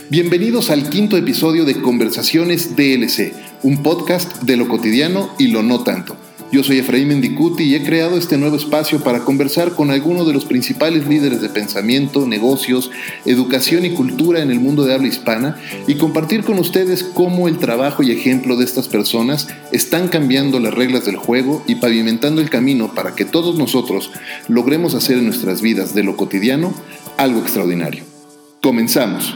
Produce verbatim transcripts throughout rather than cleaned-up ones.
Bienvenidos al quinto episodio de Conversaciones D L C, un podcast de lo cotidiano y lo no tanto. Yo soy Efraín Mendicuti y he creado este nuevo espacio para conversar con algunos de los principales líderes de pensamiento, negocios, educación y cultura en el mundo de habla hispana y compartir con ustedes cómo el trabajo y ejemplo de estas personas están cambiando las reglas del juego y pavimentando el camino para que todos nosotros logremos hacer en nuestras vidas de lo cotidiano algo extraordinario. Comenzamos.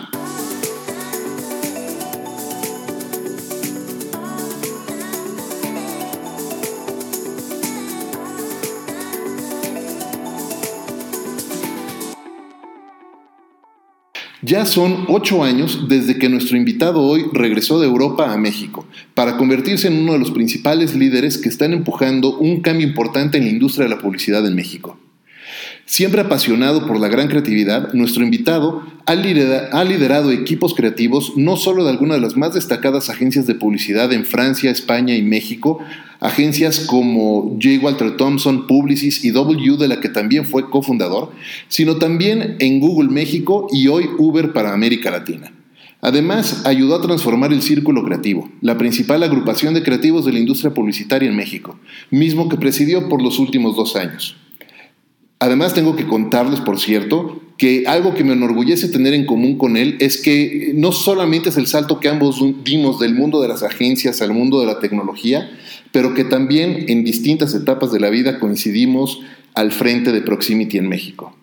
Ya son ocho años desde que nuestro invitado hoy regresó de Europa a México para convertirse en uno de los principales líderes que están empujando un cambio importante en la industria de la publicidad en México. Siempre apasionado por la gran creatividad, nuestro invitado ha liderado, ha liderado equipos creativos no solo de algunas de las más destacadas agencias de publicidad en Francia, España y México, agencias como J. Walter Thompson, Publicis y W, de la que también fue cofundador, sino también en Google México y hoy Uber para América Latina. Además, ayudó a transformar el Círculo Creativo, la principal agrupación de creativos de la industria publicitaria en México, mismo que presidió por los últimos dos años. Además, tengo que contarles, por cierto, que algo que me enorgullece tener en común con él es que no solamente es el salto que ambos dimos del mundo de las agencias al mundo de la tecnología, pero que también en distintas etapas de la vida coincidimos al frente de Proximity en México.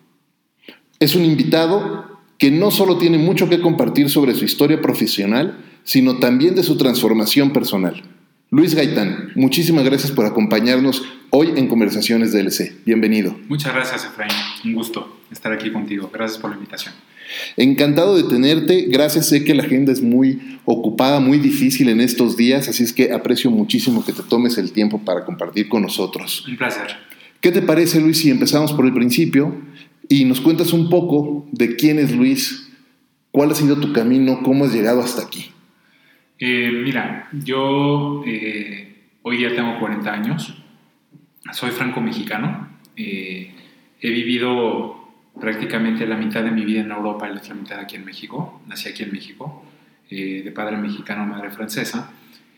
Es un invitado que no solo tiene mucho que compartir sobre su historia profesional, sino también de su transformación personal. Luis Gaitán, muchísimas gracias por acompañarnos hoy en Conversaciones D L C. Bienvenido. Muchas gracias, Efraín. Un gusto estar aquí contigo. Gracias por la invitación. Encantado de tenerte. Gracias. Sé que la agenda es muy ocupada, muy difícil en estos días, así es que aprecio muchísimo que te tomes el tiempo para compartir con nosotros. Un placer. ¿Qué te parece, Luis, si empezamos por el principio y nos cuentas un poco de quién es Luis, cuál ha sido tu camino, cómo has llegado hasta aquí? Eh, mira, yo eh, hoy día tengo cuarenta años, soy franco-mexicano, eh, he vivido prácticamente la mitad de mi vida en Europa y la otra mitad aquí en México, nací aquí en México, eh, de padre mexicano, madre francesa,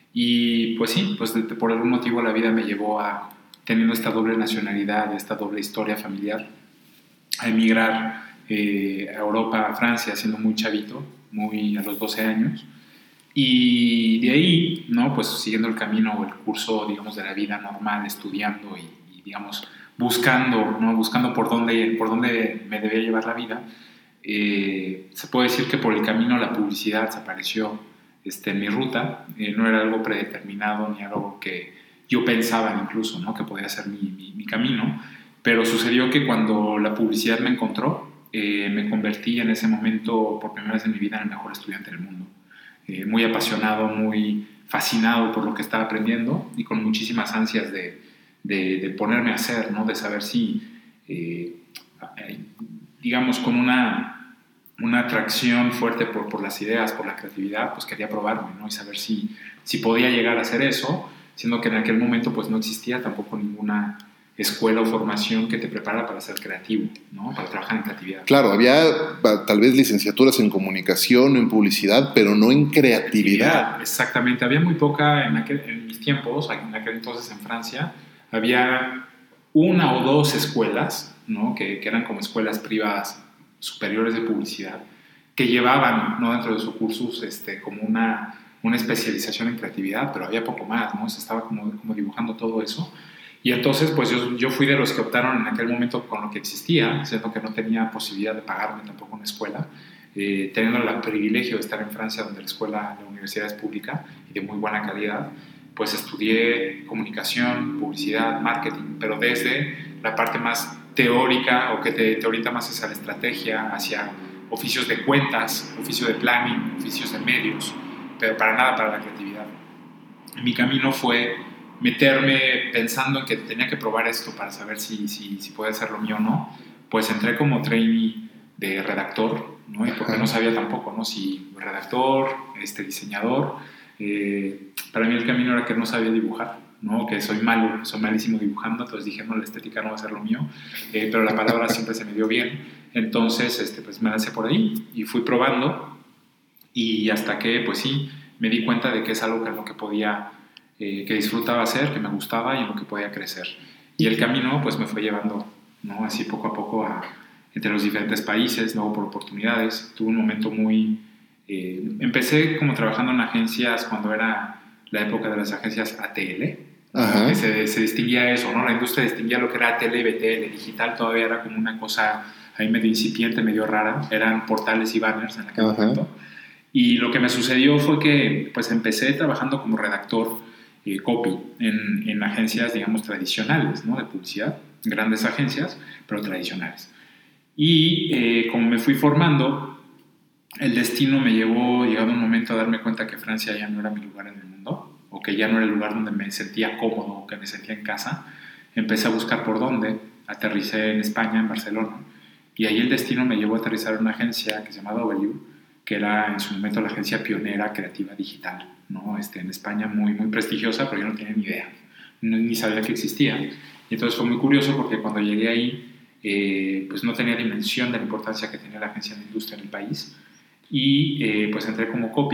y pues sí, pues de, por algún motivo la vida me llevó a, teniendo esta doble nacionalidad, esta doble historia familiar, a emigrar eh, a Europa, a Francia, siendo muy chavito, muy a los doce años. Y de ahí, ¿no? Pues siguiendo el camino o el curso, digamos, de la vida normal, estudiando y, y digamos, buscando, ¿no? Buscando por dónde, por dónde me debía llevar la vida, eh, se puede decir que por el camino la publicidad se apareció este, en mi ruta. Eh, no era algo predeterminado ni algo que yo pensaba incluso, ¿no? Que podía ser mi, mi, mi camino, pero sucedió que cuando la publicidad me encontró, eh, me convertí en ese momento, por primera vez en mi vida, en el mejor estudiante del mundo. Eh, muy apasionado, muy fascinado por lo que estaba aprendiendo y con muchísimas ansias de, de, de ponerme a hacer, ¿no? De saber si, eh, digamos, con una, una atracción fuerte por, por las ideas, por la creatividad, pues quería probarme, ¿no? Y saber si, si podía llegar a hacer eso, siendo que en aquel momento pues no existía tampoco ninguna escuela o formación que te prepara para ser creativo, ¿no? Para trabajar en creatividad. Claro, había tal vez licenciaturas en comunicación o en publicidad, pero no en creatividad. creatividad exactamente, había muy poca en, aquel, en mis tiempos, en aquel entonces en Francia, había una o dos escuelas, ¿no? que, que eran como escuelas privadas superiores de publicidad, que llevaban, ¿no? Dentro de sus cursos este, como una, una especialización en creatividad, pero había poco más, ¿no? Se estaba como, como dibujando todo eso. Y entonces, pues yo, yo fui de los que optaron en aquel momento con lo que existía, siendo que no tenía posibilidad de pagarme tampoco una escuela, eh, teniendo el privilegio de estar en Francia, donde la escuela, la universidad es pública y de muy buena calidad, pues estudié comunicación, publicidad, marketing, pero desde la parte más teórica o que te, te orienta más hacia la estrategia, hacia oficios de cuentas, oficio de planning, oficios de medios, pero para nada para la creatividad. Mi camino fue meterme pensando en que tenía que probar esto para saber si, si, si puede ser lo mío o no. Pues entré como trainee de redactor, ¿no? Y porque no sabía tampoco, ¿no? Si redactor, este, diseñador. Eh, para mí el camino era que no sabía dibujar, ¿no? Que soy malo, soy malísimo dibujando, entonces dije, no, la estética no va a ser lo mío, eh, pero la palabra siempre se me dio bien. Entonces, este, pues me lancé por ahí y fui probando. Y hasta que, pues sí, me di cuenta de que es algo que, lo que podía, eh, que disfrutaba hacer, que me gustaba y en lo que podía crecer. Y el camino, pues me fue llevando, ¿no? Así poco a poco a, entre los diferentes países, luego por oportunidades. Tuve un momento muy... Eh, empecé como trabajando en agencias cuando era la época de las agencias A T L, Ajá. que se, se distinguía eso, ¿no? La industria distinguía lo que era A T L y B T L. Digital todavía era como una cosa ahí medio incipiente, medio rara. Eran portales y banners en aquel Ajá. momento. Y lo que me sucedió fue que pues empecé trabajando como redactor eh, copy en, en agencias, digamos, tradicionales, ¿no? De publicidad, grandes agencias, pero tradicionales. Y eh, como me fui formando, el destino me llevó, llegado un momento, a darme cuenta que Francia ya no era mi lugar en el mundo, o que ya no era el lugar donde me sentía cómodo, o que me sentía en casa. Empecé a buscar por dónde, aterricé en España, en Barcelona, y ahí el destino me llevó a aterrizar en una agencia que se llama W, que era en su momento la agencia pionera creativa digital, ¿no? Este, en España muy, muy prestigiosa, pero yo no tenía ni idea, no, ni sabía que existía. Y entonces fue muy curioso porque cuando llegué ahí, eh, pues no tenía dimensión de la importancia que tenía la agencia de industria en el país. Y eh, pues entré como copy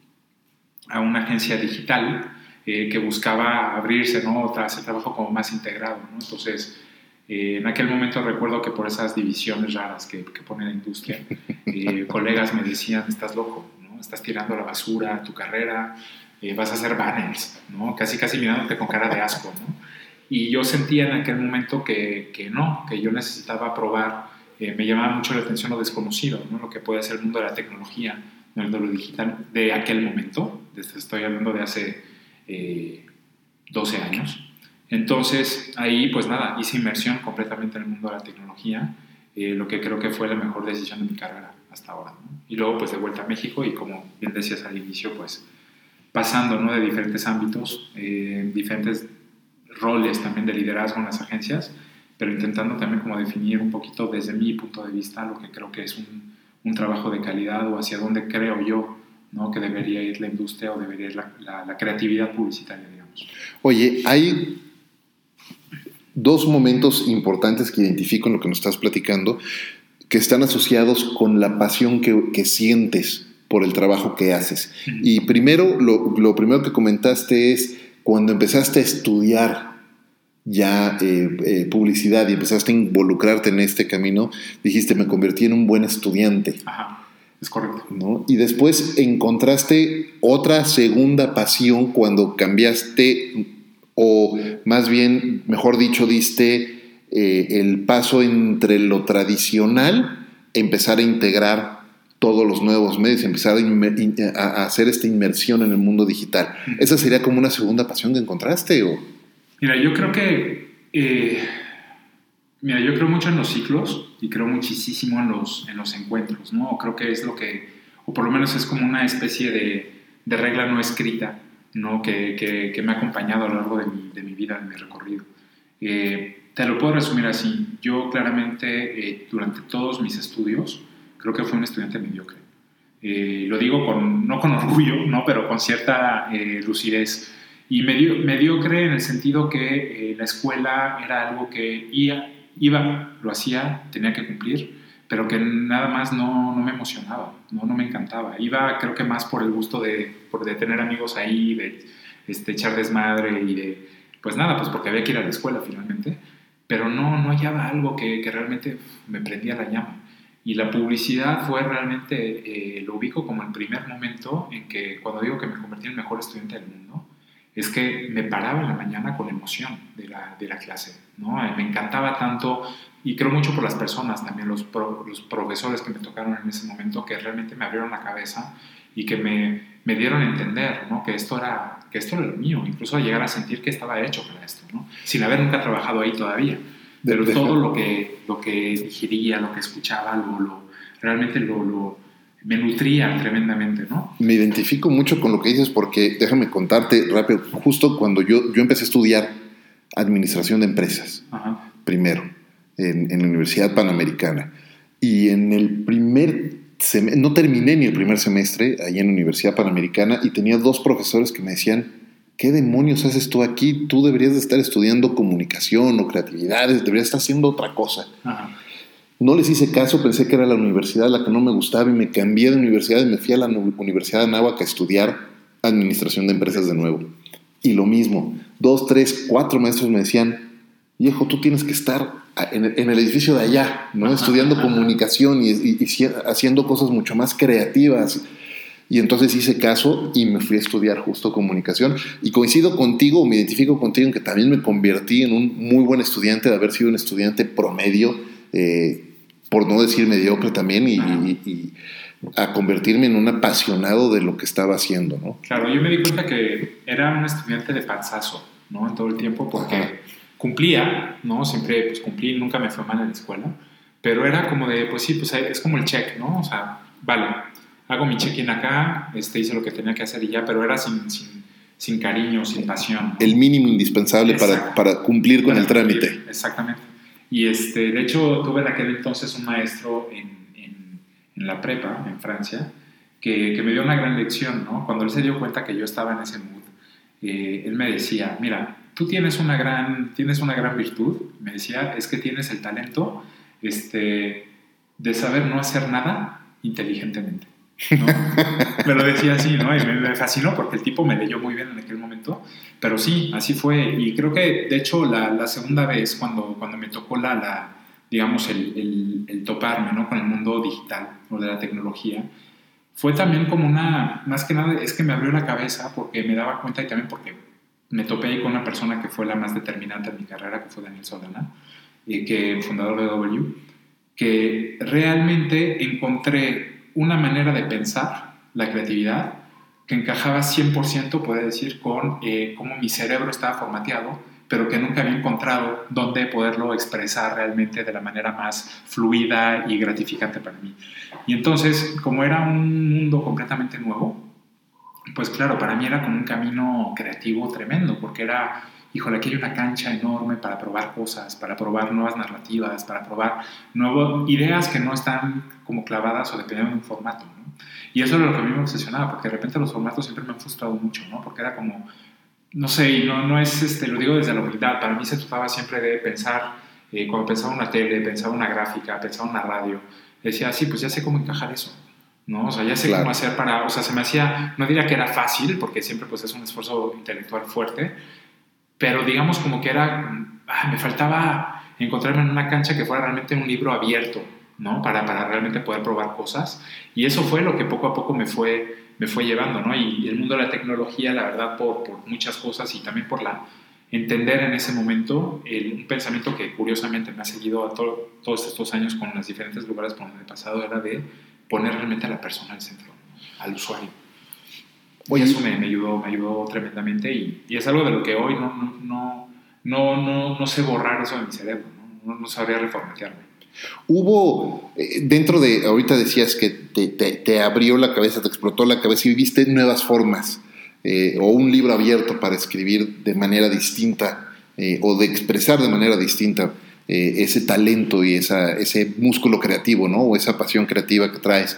a una agencia digital eh, que buscaba abrirse, ¿no? Hacer trabajo como más integrado, ¿no? Entonces, eh, en aquel momento recuerdo que por esas divisiones raras que, que pone la industria, eh, colegas me decían, estás loco, ¿no? Estás tirando a la basura tu carrera, eh, vas a hacer banners, ¿no? Casi, casi mirándote con cara de asco, ¿no? Y yo sentía en aquel momento que, que no, que yo necesitaba probar. Eh, me llamaba mucho la atención lo desconocido, ¿no? Lo que puede ser el mundo de la tecnología, el mundo de lo digital de aquel momento. Desde, estoy hablando de hace eh, doce años. Entonces, ahí, pues nada, hice inmersión completamente en el mundo de la tecnología, eh, lo que creo que fue la mejor decisión de mi carrera hasta ahora, ¿no? Y luego, pues de vuelta a México y como bien decías al inicio, pues pasando, ¿no? De diferentes ámbitos, eh, diferentes roles también de liderazgo en las agencias, pero intentando también como definir un poquito desde mi punto de vista lo que creo que es un, un trabajo de calidad o hacia dónde creo yo, ¿no? Que debería ir la industria o debería ir la, la, la creatividad publicitaria, digamos. Oye, hay dos momentos importantes que identifico en lo que nos estás platicando que están asociados con la pasión que, que sientes por el trabajo que haces. Uh-huh. Y primero, lo, lo primero que comentaste es cuando empezaste a estudiar ya eh, eh, publicidad y empezaste a involucrarte en este camino, dijiste, me convertí en un buen estudiante. Ajá, es correcto. ¿No? Y después encontraste otra segunda pasión cuando cambiaste, o más bien, mejor dicho, diste eh, el paso entre lo tradicional, empezar a integrar todos los nuevos medios, empezar a, inmer- a hacer esta inmersión en el mundo digital. Uh-huh. ¿Esa sería como una segunda pasión que encontraste? ¿O? Mira, yo creo que eh, mira, yo creo mucho en los ciclos y creo muchísimo en los, en los encuentros, ¿no? Creo que es lo que, o por lo menos es como una especie de, de regla no escrita, ¿no? Que, que, que me ha acompañado a lo largo de mi, de mi vida, de mi recorrido. Eh, te lo puedo resumir así. Yo claramente, eh, durante todos mis estudios, creo que fui un estudiante mediocre. Eh, lo digo con, no con orgullo, ¿no? Pero con cierta eh, lucidez. Y medio, mediocre en el sentido que eh, la escuela era algo que iba, iba, lo hacía, tenía que cumplir, pero que nada más no, no me emocionaba, no, no me encantaba. Iba, creo que más por el gusto de, por, de tener amigos ahí, de este, echar desmadre y de, pues nada, pues porque había que ir a la escuela finalmente, pero no, no hallaba algo que, que realmente me prendía la llama. Y la publicidad fue realmente, eh, lo ubico como el primer momento en que, cuando digo que me convertí en el mejor estudiante del mundo, es que me paraba en la mañana con emoción de la, de la clase, ¿no? Me encantaba tanto, y creo mucho por las personas también, los, pro, los profesores que me tocaron en ese momento, que realmente me abrieron la cabeza y que me, me dieron a entender, ¿no? Que esto era, que esto era lo mío, incluso a llegar a sentir que estaba hecho para esto, ¿no? Sin haber nunca trabajado ahí todavía, pero de, de todo lo que, lo que digería, lo que escuchaba, lo, lo, realmente lo... lo me nutría tremendamente, ¿no? Me identifico mucho con lo que dices porque, déjame contarte rápido, justo cuando yo, yo empecé a estudiar administración de empresas, Ajá. primero, en, en la Universidad Panamericana, y en el primer semestre, no terminé ni el primer semestre ahí en la Universidad Panamericana, y tenía dos profesores que me decían, ¿qué demonios haces tú aquí? Tú deberías de estar estudiando comunicación o creatividades, deberías estar haciendo otra cosa. Ajá. No les hice caso, pensé que era la universidad la que no me gustaba y me cambié de universidad y me fui a la Universidad de Anáhuac a estudiar administración de empresas de nuevo. Y lo mismo, dos, tres, cuatro maestros me decían, viejo, tú tienes que estar en el, en el edificio de allá, ¿no? Ajá, estudiando ajá. comunicación y, y, y haciendo cosas mucho más creativas. Y entonces hice caso y me fui a estudiar justo comunicación. Y coincido contigo, me identifico contigo en que también me convertí en un muy buen estudiante, de haber sido un estudiante promedio, eh, por no decir mediocre también, y, y, y a convertirme en un apasionado de lo que estaba haciendo, ¿no? Claro, yo me di cuenta que era un estudiante de panzazo, ¿no? En todo el tiempo, porque Ajá. cumplía, ¿no? Siempre pues cumplí, nunca me fue mal en la escuela, pero era como de, pues sí, pues es como el check, ¿no? O sea, vale, hago mi check-in acá, este, hice lo que tenía que hacer y ya, pero era sin, sin, sin cariño, sin pasión, ¿no? El mínimo indispensable para, para cumplir con para el cumplir, trámite. Exactamente. Y este, de hecho, tuve en aquel entonces un maestro en, en, en la prepa, en Francia, que, que me dio una gran lección, ¿no? Cuando él se dio cuenta que yo estaba en ese mood, eh, él me decía, mira, tú tienes una gran, tienes una gran virtud, me decía, es que tienes el talento este, de saber no hacer nada inteligentemente, ¿no? Me lo decía así, ¿no? Y me, me fascinó porque el tipo me leyó muy bien en aquel momento, pero sí, así fue. Y creo que, de hecho, la, la segunda vez, cuando, cuando me tocó la, la digamos, el, el, el toparme, ¿no? Con el mundo digital o de la tecnología, fue también como una, más que nada, es que me abrió la cabeza porque me daba cuenta y también porque me topé ahí con una persona que fue la más determinante en mi carrera, que fue Daniel Solana, eh, que fundador de W, que realmente encontré una manera de pensar la creatividad que encajaba cien por ciento, puedo decir, con eh, cómo mi cerebro estaba formateado, pero que nunca había encontrado dónde poderlo expresar realmente de la manera más fluida y gratificante para mí. Y entonces, como era un mundo completamente nuevo, pues claro, para mí era como un camino creativo tremendo, porque era, híjole, aquí hay una cancha enorme para probar cosas, para probar nuevas narrativas, para probar nuevas ideas que no están como clavadas o dependiendo de un formato, ¿no? Y eso era lo que a mí me obsesionaba, porque de repente los formatos siempre me han frustrado mucho, ¿no? Porque era como, no sé, y no, no es, este, lo digo desde la humildad, para mí se trataba siempre de pensar, eh, cuando pensaba una tele, pensaba una gráfica, pensaba una radio, decía, sí, pues ya sé cómo encajar eso, ¿no? O sea, ya sé claro. cómo hacer para, o sea, se me hacía, no diría que era fácil, porque siempre pues es un esfuerzo intelectual fuerte, pero digamos como que era, ah, me faltaba encontrarme en una cancha que fuera realmente un libro abierto, ¿no? Para, para realmente poder probar cosas, y eso fue lo que poco a poco me fue, me fue llevando, ¿no? Y, y el mundo de la tecnología, la verdad, por, por muchas cosas y también por la entender en ese momento el, un pensamiento que curiosamente me ha seguido a to, todos estos años con los diferentes lugares por donde he pasado, era de poner realmente a la persona al centro, ¿no? Al usuario. Oye, y eso me, me, ayudó, me ayudó tremendamente y, y es algo de lo que hoy no, no, no, no, no, no sé borrar eso de mi cerebro, no, no, no sabría reformatearme. Hubo, eh, dentro de, ahorita decías que te, te, te abrió la cabeza, te explotó la cabeza y viste nuevas formas, eh, o un libro abierto para escribir de manera distinta, eh, o de expresar de manera distinta eh, ese talento y esa, ese músculo creativo, ¿no? O esa pasión creativa que traes.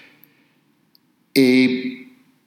Eh,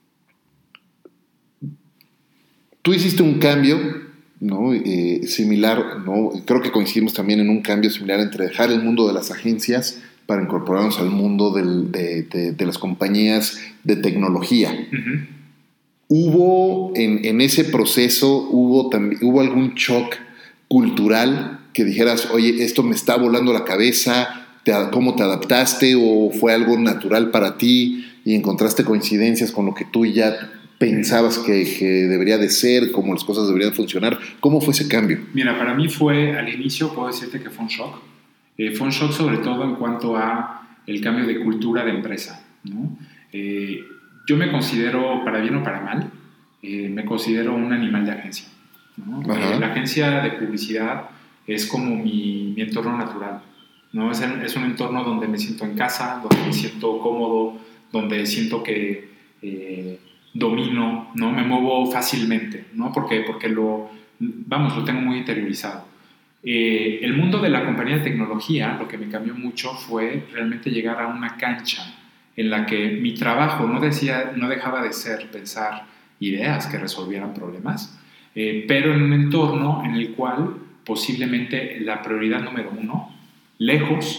tú hiciste un cambio, ¿no? Eh, similar, ¿no? Creo que coincidimos también en un cambio similar entre dejar el mundo de las agencias para incorporarnos al mundo del, de, de, de las compañías de tecnología. Uh-huh. ¿Hubo en, en ese proceso, hubo, también, hubo algún shock cultural que dijeras, oye, esto me está volando la cabeza, te, ¿cómo te adaptaste? ¿O fue algo natural para ti y encontraste coincidencias con lo que tú ya pensabas que, que debería de ser, cómo las cosas deberían funcionar? ¿Cómo fue ese cambio? Mira, para mí fue, al inicio puedo decirte que fue un shock. Eh, fue un shock sobre todo en cuanto a el cambio de cultura de empresa, ¿no? Eh, yo me considero, para bien o para mal, eh, me considero un animal de agencia, ¿no? Eh, la agencia de publicidad es como mi, mi entorno natural, ¿no? Es, el, es un entorno donde me siento en casa, donde me siento cómodo, donde siento que eh, domino, ¿no? Me muevo fácilmente, ¿no? Porque, porque lo, vamos, lo tengo muy interiorizado. Eh, el mundo de la compañía de tecnología, lo que me cambió mucho fue realmente llegar a una cancha en la que mi trabajo no, decía, no dejaba de ser pensar ideas que resolvieran problemas, eh, pero en un entorno en el cual posiblemente la prioridad número uno, lejos,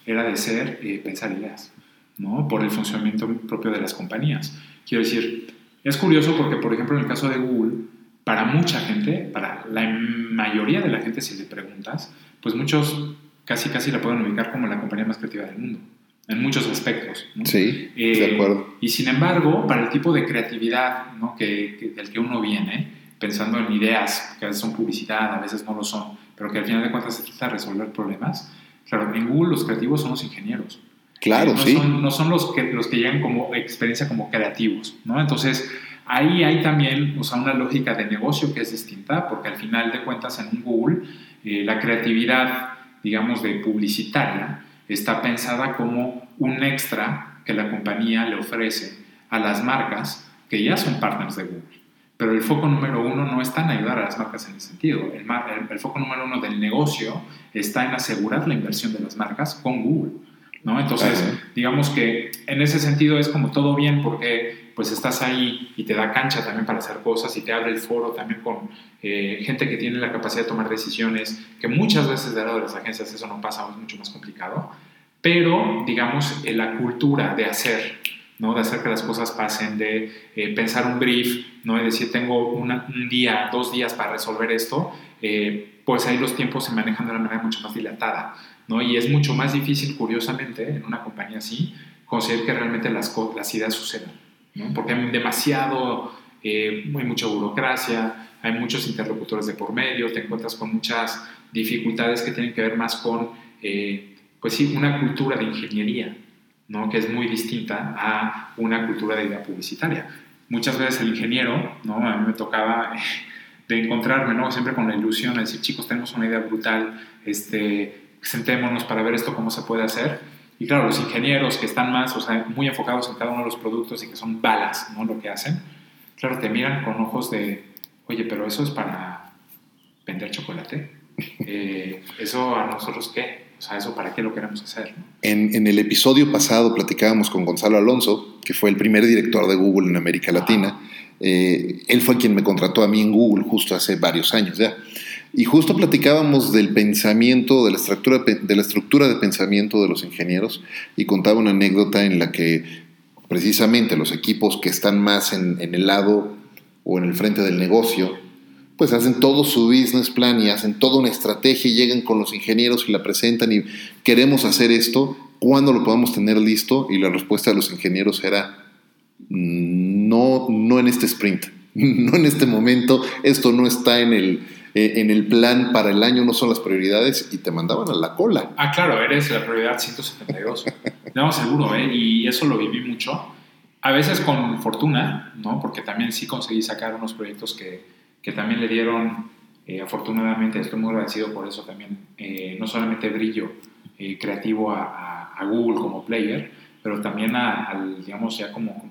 era de ser eh, pensar ideas, ¿no? Por el funcionamiento propio de las compañías. Quiero decir, es curioso porque, por ejemplo, en el caso de Google, para mucha gente, para la mayoría de la gente, si le preguntas, pues muchos casi casi la pueden ubicar como la compañía más creativa del mundo, en muchos aspectos, ¿no? Sí, eh, de acuerdo. Y sin embargo, para el tipo de creatividad, ¿no? que, que, del que uno viene, pensando en ideas que a veces son publicidad, a veces no lo son, pero que al final de cuentas se trata de resolver problemas, claro, en Google los creativos son los ingenieros. Claro, eh, no sí. Son, no son los que, los que llegan como experiencia como creativos, ¿no? Entonces, ahí hay también, o sea, una lógica de negocio que es distinta, porque al final de cuentas en un Google eh, la creatividad, digamos, de publicitaria está pensada como un extra que la compañía le ofrece a las marcas que ya son partners de Google. Pero el foco número uno no está en ayudar a las marcas en ese sentido. El, el, el foco número uno del negocio está en asegurar la inversión de las marcas con Google, ¿no? Entonces, uh-huh. digamos que en ese sentido es como todo bien porque pues estás ahí y te da cancha también para hacer cosas y te abre el foro también con eh, gente que tiene la capacidad de tomar decisiones, que muchas veces del lado de las agencias eso no pasa, es mucho más complicado, pero digamos eh, la cultura de hacer, ¿no? De hacer que las cosas pasen, de eh, pensar un brief, ¿no? De decir tengo una, un día, dos días para resolver esto, eh, pues ahí los tiempos se manejan de una manera mucho más dilatada, ¿no? Y es mucho más difícil, curiosamente, en una compañía así, conseguir que realmente las, las ideas sucedan, ¿no? Porque hay demasiado, eh, hay mucha burocracia, hay muchos interlocutores de por medio, te encuentras con muchas dificultades que tienen que ver más con, eh, pues sí, una cultura de ingeniería, ¿no? Que es muy distinta a una cultura de idea publicitaria. Muchas veces el ingeniero, ¿no? A mí me tocaba eh, de encontrarme, ¿no? Siempre con la ilusión de decir, chicos, tenemos una idea brutal, este, sentémonos para ver esto cómo se puede hacer. Y claro, los ingenieros que están más, o sea, muy enfocados en cada uno de los productos y que son balas, ¿no? Lo que hacen, claro, te miran con ojos de, oye, pero eso es para vender chocolate. Eh, ¿Eso a nosotros qué? O sea, ¿eso para qué lo queremos hacer, ¿no? En, en el episodio pasado platicábamos con Gonzalo Alonso, que fue el primer director de Google en América Latina. Eh, él fue quien me contrató a mí en Google justo hace varios años ya. Y justo platicábamos del pensamiento, de la estructura de, la estructura de pensamiento de los ingenieros, y contaba una anécdota en la que precisamente los equipos que están más en, en el lado o en el frente del negocio, pues hacen todo su business plan y hacen toda una estrategia y llegan con los ingenieros y la presentan y queremos hacer esto, ¿cuándo lo podemos tener listo? Y la respuesta de los ingenieros era no, no en este sprint, no en este momento, esto no está en el, eh, en el plan para el año, no son las prioridades, y te mandaban a la cola. Ah, claro, eres la prioridad ciento setenta y dos. No, seguro, ¿eh? Y eso lo viví mucho. A veces con fortuna, ¿no? Porque también sí conseguí sacar unos proyectos que, que también le dieron, eh, afortunadamente, estoy muy agradecido por eso también, eh, no solamente brillo eh, creativo a, a, a Google como player, pero también a, al, digamos, ya como,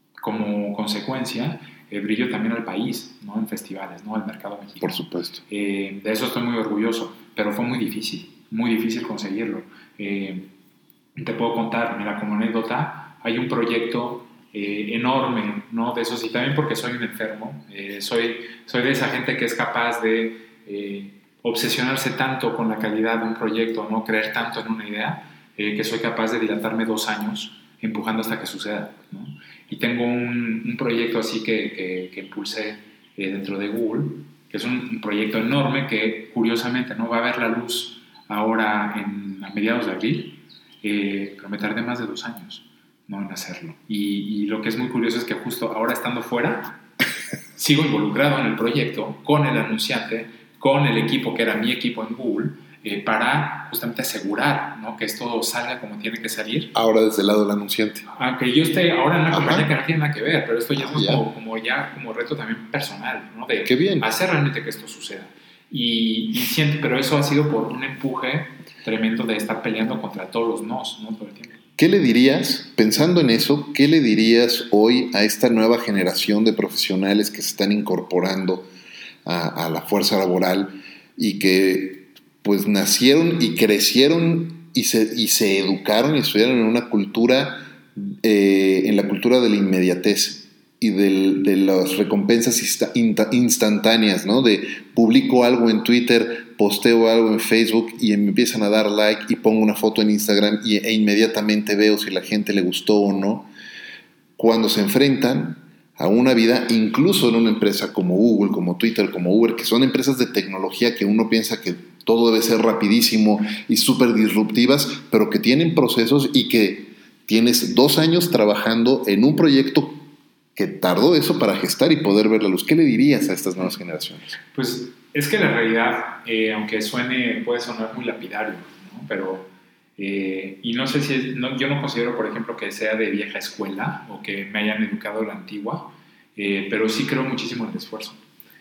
como consecuencia, eh, brillo también al país, ¿no? En festivales, ¿no? Al mercado mexicano. Por supuesto. Eh, de eso estoy muy orgulloso, pero fue muy difícil, muy difícil conseguirlo. Eh, te puedo contar, mira, como anécdota, hay un proyecto eh, enorme, ¿no? De esos, y también porque soy un enfermo, eh, soy, soy de esa gente que es capaz de eh, obsesionarse tanto con la calidad de un proyecto, no creer tanto en una idea, eh, que soy capaz de dilatarme dos años empujando hasta que suceda, ¿no? Y tengo un, un proyecto así que, que, que impulsé eh, dentro de Google, que es un, un proyecto enorme que curiosamente no va a ver la luz ahora en, a mediados de abril, eh, pero me tardé más de dos años, ¿no? En hacerlo. Y, y lo que es muy curioso es que justo ahora estando fuera, sigo involucrado en el proyecto con el anunciante, con el equipo que era mi equipo en Google, eh, para justamente asegurar, ¿no? Que esto salga como tiene que salir. Ahora desde el lado del anunciante. Aunque yo esté ahora en una Ajá. compañía que no tiene nada que ver, pero esto ya ah, es ya. Como, como ya como reto también personal, ¿no? De Qué bien. hacer realmente que esto suceda. Y, y siento, pero eso ha sido por un empuje tremendo de estar peleando contra todos los nos, ¿no? Todo el tiempo. ¿Qué le dirías, pensando en eso, qué le dirías hoy a esta nueva generación de profesionales que se están incorporando a, a la fuerza laboral y que pues nacieron y crecieron y se, y se educaron y estudiaron en una cultura, eh, en la cultura de la inmediatez y del, de las recompensas insta, insta, instantáneas, ¿no? De publico algo en Twitter, posteo algo en Facebook y me empiezan a dar like y pongo una foto en Instagram y, e inmediatamente veo si la gente le gustó o no. Cuando se enfrentan a una vida, incluso en una empresa como Google, como Twitter, como Uber, que son empresas de tecnología que uno piensa que todo debe ser rapidísimo y súper disruptivas, pero que tienen procesos y que tienes dos años trabajando en un proyecto que tardó eso para gestar y poder ver la luz. ¿Qué le dirías a estas nuevas generaciones? Pues es que la realidad, eh, aunque suene, puede sonar muy lapidario, ¿no? Pero, eh, y no sé si, es, no, yo no considero, por ejemplo, que sea de vieja escuela o que me hayan educado a la antigua, eh, pero sí creo muchísimo en el esfuerzo.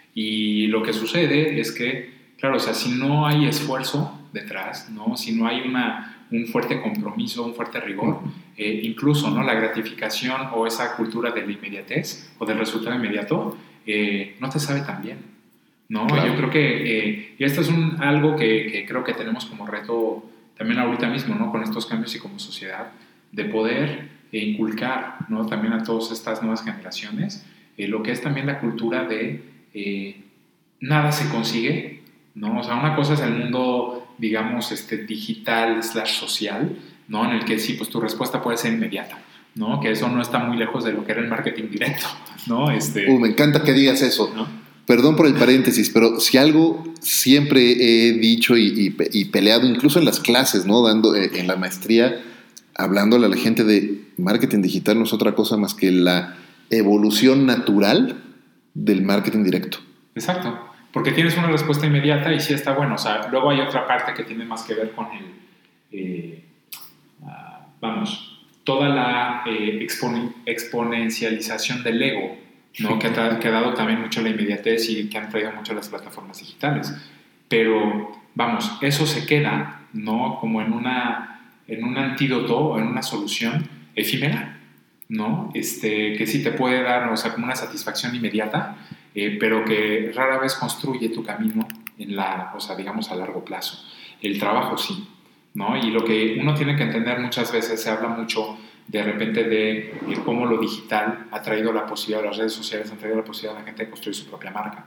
Y lo que sucede es que, claro, o sea, si no hay esfuerzo detrás, ¿no? Si no hay una, un fuerte compromiso, un fuerte rigor, eh, incluso, ¿no? La gratificación o esa cultura de la inmediatez o del resultado inmediato, eh, no te sabe tan bien, ¿no? Claro. Yo creo que, eh, y esto es un, algo que, que creo que tenemos como reto también ahorita mismo, ¿no? Con estos cambios y como sociedad, de poder eh, inculcar, ¿no? También a todas estas nuevas generaciones, eh, lo que es también la cultura de eh, nada se consigue, ¿no? O sea, una cosa es el mundo, digamos, este, digital slash social, ¿no? En el que sí, pues tu respuesta puede ser inmediata, ¿no? Que eso no está muy lejos de lo que era el marketing directo, ¿no? Este, uh, me encanta que digas eso, ¿no? Perdón por el paréntesis, pero si algo siempre he dicho y, y, y peleado, incluso en las clases, ¿no? Dando eh, en la maestría, hablándole a la gente de marketing digital, no es otra cosa más que la evolución natural del marketing directo. Exacto, porque tienes una respuesta inmediata y sí está bueno. O sea, luego hay otra parte que tiene más que ver con el, eh, uh, vamos, toda la eh, expon- exponencialización del ego, ¿no? Que ha, tra- que ha dado también mucho la inmediatez y que han traído mucho las plataformas digitales. Pero, vamos, eso se queda, ¿no? Como en, una, en un antídoto o en una solución efímera, ¿no? Este, que sí te puede dar, o sea, como una satisfacción inmediata, eh, pero que rara vez construye tu camino en la, o sea, digamos, a largo plazo. El trabajo sí, ¿no? Y lo que uno tiene que entender muchas veces, se habla mucho de repente de eh, cómo lo digital ha traído la posibilidad, las redes sociales han traído la posibilidad a la gente de construir su propia marca.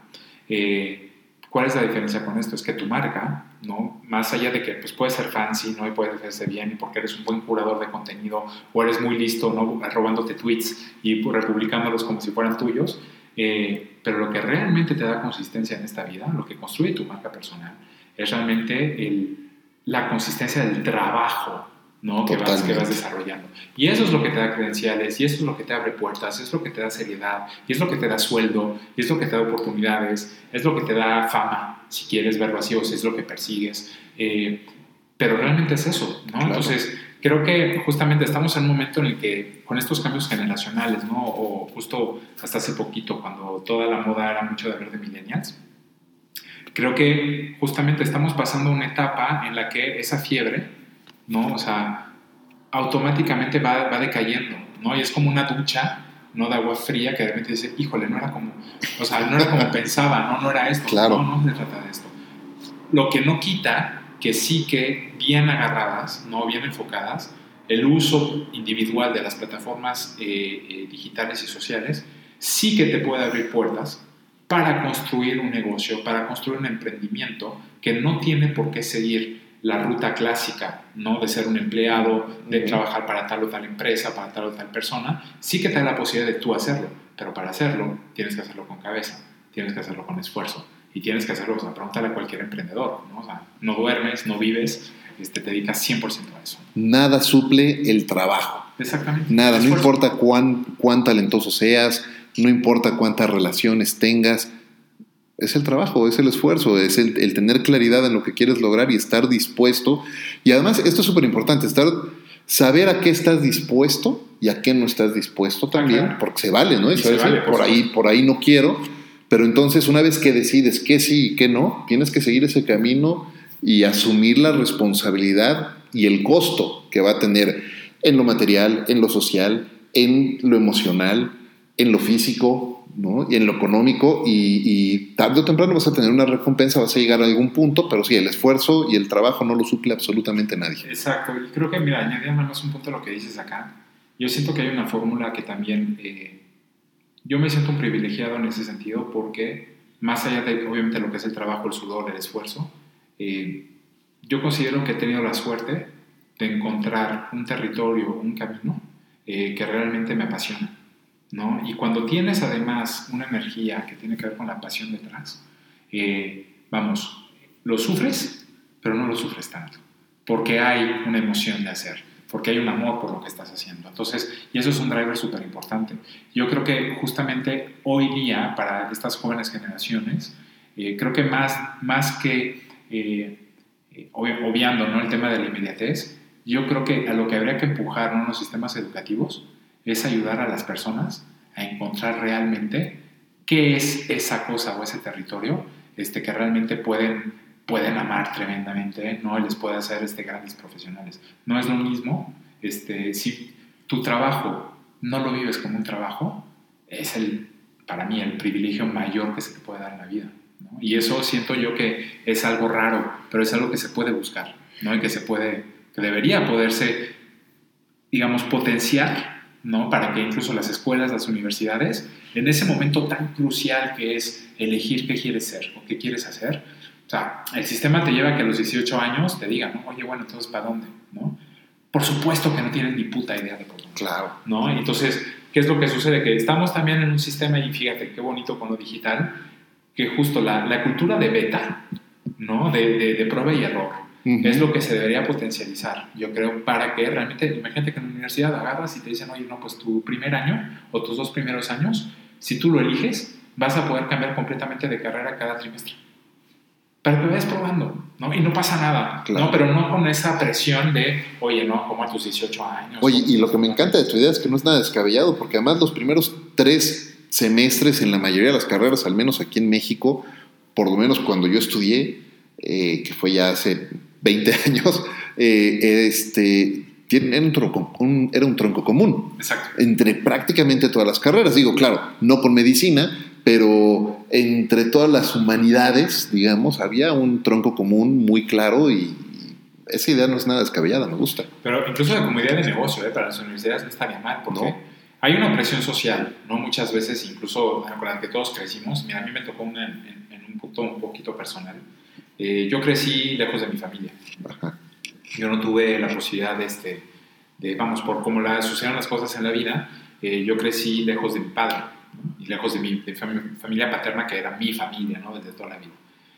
Eh, ¿Cuál es la diferencia con esto? Es que tu marca, ¿no? Más allá de que pues, puede ser fancy, ¿no? Y puedes hacerse bien y porque eres un buen curador de contenido o eres muy listo, ¿no? Robándote tweets y republicándolos como si fueran tuyos, eh, pero lo que realmente te da consistencia en esta vida, lo que construye tu marca personal, es realmente el, la consistencia del trabajo, ¿no? que, vas, que vas desarrollando. Y eso es lo que te da credenciales, y eso es lo que te abre puertas, es lo que te da seriedad, y es lo que te da sueldo, y es lo que te da oportunidades, es lo que te da fama, si quieres verlo así, o si es lo que persigues. Eh, pero realmente es eso, ¿no? Claro. Entonces, creo que justamente estamos en un momento en el que, con estos cambios generacionales, ¿no? O justo hasta hace poquito, cuando toda la moda era mucho de hablar de millennials, creo que justamente estamos pasando una etapa en la que esa fiebre, ¿no? O sea, automáticamente va, va decayendo, ¿no? Y es como una ducha, ¿no? De agua fría que de repente dice, híjole, no era como, o sea, no era como pensaba, ¿no? No era esto, claro. no, no se trata de esto. Lo que no quita que sí que bien agarradas, ¿no? Bien enfocadas, el uso individual de las plataformas eh, eh, digitales y sociales sí que te puede abrir puertas para construir un negocio, para construir un emprendimiento que no tiene por qué seguir la ruta clásica, ¿no? De ser un empleado, de uh-huh. trabajar para tal o tal empresa, para tal o tal persona. Sí que te da la posibilidad de tú hacerlo, pero para hacerlo tienes que hacerlo con cabeza, tienes que hacerlo con esfuerzo y tienes que hacerlo, o sea, pregúntale a cualquier emprendedor, ¿no? O sea, no duermes, no vives, este, te dedicas cien por ciento a eso. Nada suple el trabajo. Exactamente. Nada, no importa cuán, cuán talentoso seas, no importa cuántas relaciones tengas, es el trabajo, es el esfuerzo, es el, el tener claridad en lo que quieres lograr y estar dispuesto. Y además, esto es súper importante, estar, saber a qué estás dispuesto y a qué no estás dispuesto también, ah, claro. porque se vale, ¿no? Y se vale, por, por, ahí, por ahí no quiero, pero entonces una vez que decides qué sí y qué no, tienes que seguir ese camino y asumir la responsabilidad y el costo que va a tener en lo material, en lo social, en lo emocional, en lo físico, ¿no? Y en lo económico, y, y tarde o temprano vas a tener una recompensa, vas a llegar a algún punto, pero sí, el esfuerzo y el trabajo no lo suple absolutamente nadie. Exacto, y creo que, mira, añadiendo nada más un punto a lo que dices acá, yo siento que hay una fórmula que también, eh, yo me siento un privilegiado en ese sentido, porque más allá de, obviamente, lo que es el trabajo, el sudor, el esfuerzo, eh, yo considero que he tenido la suerte de encontrar un territorio, un camino eh, que realmente me apasiona, ¿no? Y cuando tienes además una energía que tiene que ver con la pasión detrás, eh, vamos, lo sufres, pero no lo sufres tanto, porque hay una emoción de hacer, porque hay un amor por lo que estás haciendo. Entonces, y eso es un driver súper importante. Yo creo que justamente hoy día, para estas jóvenes generaciones, eh, creo que más, más que eh, obviando, ¿no?, el tema de la inmediatez, yo creo que a lo que habría que empujar, ¿no?, en los sistemas educativos es ayudar a las personas a encontrar realmente qué es esa cosa o ese territorio este, que realmente pueden, pueden amar tremendamente, ¿no?, y les puede hacer este, grandes profesionales. No es lo mismo, este, si tu trabajo no lo vives como un trabajo, es el, para mí el privilegio mayor que se te puede dar en la vida, ¿no? Y eso siento yo que es algo raro, pero es algo que se puede buscar, ¿no?, y que se puede, que debería poderse, digamos, potenciar, ¿no?, para que incluso las escuelas, las universidades, en ese momento tan crucial que es elegir qué quieres ser o qué quieres hacer, o sea, el sistema te lleva a que a los dieciocho años te digan, ¿no?, oye, bueno, entonces, ¿para dónde?, ¿no? Por supuesto que no tienes ni puta idea de por dónde. Claro. ¿No? Entonces, ¿qué es lo que sucede? Que estamos también en un sistema, y fíjate qué bonito con lo digital, que justo la, la cultura de beta, ¿no?, de, de, de prueba y error, uh-huh, es lo que se debería potencializar, yo creo, para que realmente, imagínate que en la universidad agarras y te dicen, oye, no, pues tu primer año o tus dos primeros años, si tú lo eliges, vas a poder cambiar completamente de carrera cada trimestre. Pero te vayas probando, ¿no? Y no pasa nada, claro, ¿no? Pero no con esa presión de, oye, no, como a tus dieciocho años. Oye, y lo que me encanta de tu idea es que no es nada descabellado, porque además los primeros tres semestres en la mayoría de las carreras, al menos aquí en México, por lo menos cuando yo estudié, eh, que fue ya hace veinte años, eh, este, era, un tronco, un, era un tronco común. Exacto. Entre prácticamente todas las carreras. Digo, claro, no con medicina, pero entre todas las humanidades, digamos, había un tronco común muy claro y esa idea no es nada descabellada, me gusta. Pero incluso como idea de negocio, ¿eh? Para las universidades no estaría mal, porque no, hay una presión social, ¿no? Muchas veces, incluso con la que todos crecimos. Mira, a mí me tocó una, en, en un punto un poquito personal. Eh, yo crecí lejos de mi familia. Ajá. Yo no tuve la posibilidad de, este, de vamos, por cómo la, sucedieron las cosas en la vida, eh, yo crecí lejos de mi padre, ¿no?, y lejos de mi de fam- familia paterna, que era mi familia, ¿no?, desde toda la vida.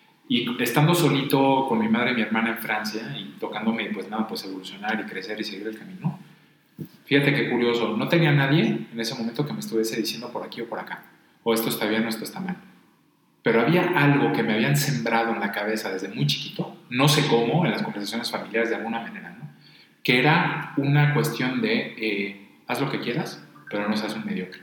Y estando solito con mi madre y mi hermana en Francia y tocándome, pues nada, pues evolucionar y crecer y seguir el camino. Fíjate qué curioso, no tenía nadie en ese momento que me estuviese diciendo por aquí o por acá, o esto está bien o esto está mal. Pero había algo que me habían sembrado en la cabeza desde muy chiquito, no sé cómo, en las conversaciones familiares de alguna manera, ¿no?, que era una cuestión de eh, haz lo que quieras, pero no seas un mediocre.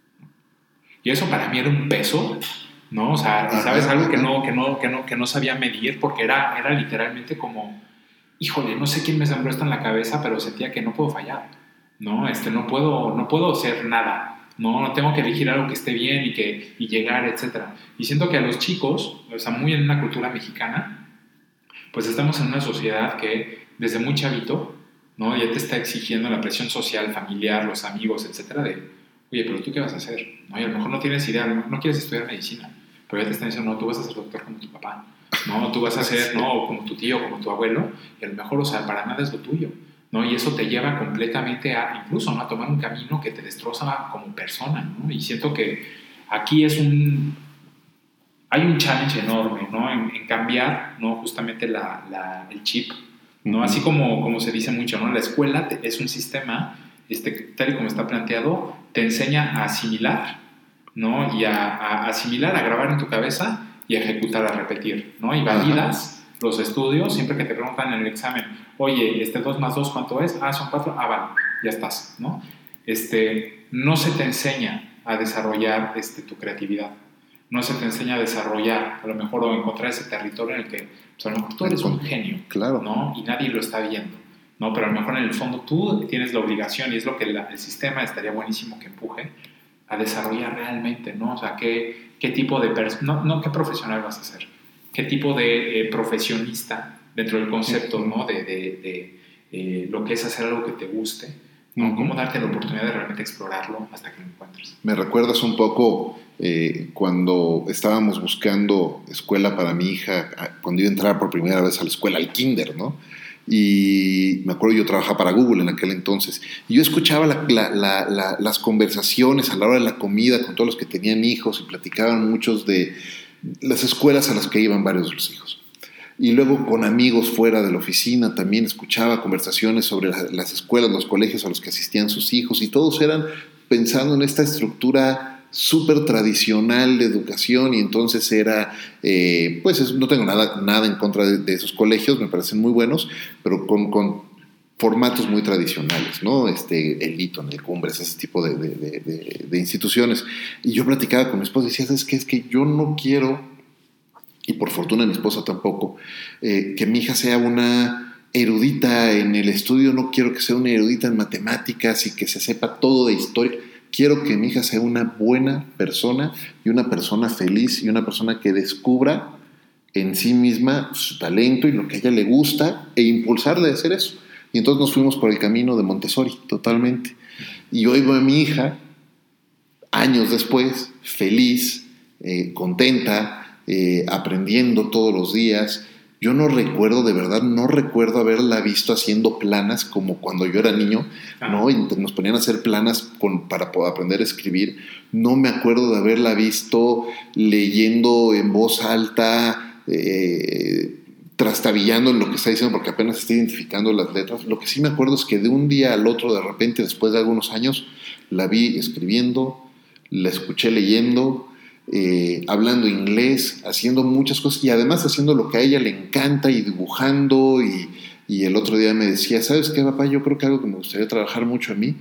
Y eso para mí era un peso, ¿no? O sea, ¿sabes? Algo que no, que no, que no, que no sabía medir, porque era, era literalmente como, híjole, no sé quién me sembró esto en la cabeza, pero sentía que no puedo fallar, ¿no? Este, no puedo, no puedo hacer nada, ¿no? No tengo que elegir algo que esté bien y, que, y llegar, etcétera. Y siento que a los chicos, o sea, muy en una cultura mexicana, pues estamos en una sociedad que desde muy chavito, ¿no?, ya te está exigiendo la presión social, familiar, los amigos, etcétera, de, oye, pero ¿tú qué vas a hacer? ¿No? Y a lo mejor no tienes idea, no, no quieres estudiar medicina, pero ya te están diciendo, no, tú vas a ser doctor como tu papá, no, tú vas a ser, no, como tu tío, como tu abuelo, y a lo mejor, o sea, para nada es lo tuyo, ¿no? Y eso te lleva completamente a, incluso, ¿no?, a tomar un camino que te destroza como persona, ¿no? Y siento que aquí es un, hay un challenge enorme, ¿no?, en, en cambiar, ¿no?, justamente la, la, el chip, ¿no? Uh-huh. Así como, como se dice mucho, ¿no?, la escuela te, es un sistema, este, tal y como está planteado, te enseña a asimilar, ¿no?, y a, a asimilar, a grabar en tu cabeza y a ejecutar, a repetir, ¿no? Y validas uh-huh. los estudios siempre que te preguntan en el examen, oye, este dos más dos, ¿cuánto es? Ah, son cuatro, ah, vale, ya estás, ¿no? Este, no se te enseña a desarrollar este, tu creatividad, no se te enseña a desarrollar, a lo mejor, o encontrar ese territorio en el que, pues, a lo mejor tú eres un genio, claro, ¿no?, y nadie lo está viendo, ¿no? Pero a lo mejor en el fondo tú tienes la obligación, y es lo que la, el sistema estaría buenísimo que empuje a desarrollar realmente, ¿no? O sea, qué, qué tipo de persona, no, no qué profesional vas a ser, qué tipo de eh, profesionista dentro del concepto, ¿no?, de, de, de eh, lo que es hacer algo que te guste, ¿no? Uh-huh. Cómo darte la oportunidad de realmente explorarlo hasta que lo encuentres. Me recuerdas un poco eh, cuando estábamos buscando escuela para mi hija, cuando iba a entrar por primera vez a la escuela, al kinder, ¿no? Y me acuerdo, yo trabajaba para Google en aquel entonces, y yo escuchaba la, la, la, la, las conversaciones a la hora de la comida con todos los que tenían hijos, y platicaban muchos de las escuelas a las que iban varios de los hijos. Y luego con amigos fuera de la oficina también escuchaba conversaciones sobre las escuelas, los colegios a los que asistían sus hijos, y todos eran pensando en esta estructura súper tradicional de educación. Y entonces era, eh, pues no tengo nada, nada en contra de, de esos colegios, me parecen muy buenos, pero con, con formatos muy tradicionales, ¿no? Este, el Eton, el Cumbres, ese tipo de, de, de, de, de instituciones. Y yo platicaba con mi esposa y decía, ¿sabes qué? Es que yo no quiero, y por fortuna mi esposa tampoco, eh, que mi hija sea una erudita en el estudio, no quiero que sea una erudita en matemáticas y que se sepa todo de historia. Quiero que mi hija sea una buena persona y una persona feliz y una persona que descubra en sí misma su talento y lo que a ella le gusta e impulsarle a hacer eso. Y entonces nos fuimos por el camino de Montessori, totalmente. Y hoy veo a mi hija, años después, feliz, eh, contenta, eh, aprendiendo todos los días. Yo no recuerdo, de verdad, no recuerdo haberla visto haciendo planas como cuando yo era niño, ¿no? Y nos ponían a hacer planas con, para poder aprender a escribir. No me acuerdo de haberla visto leyendo en voz alta, eh, trastabillando en lo que está diciendo, porque apenas está identificando las letras. Lo que sí me acuerdo es que de un día al otro, de repente, después de algunos años, la vi escribiendo, la escuché leyendo, Eh, hablando inglés, haciendo muchas cosas y además haciendo lo que a ella le encanta y dibujando. Y, y el otro día me decía, ¿sabes qué, papá? Yo creo que algo que me gustaría trabajar mucho a mí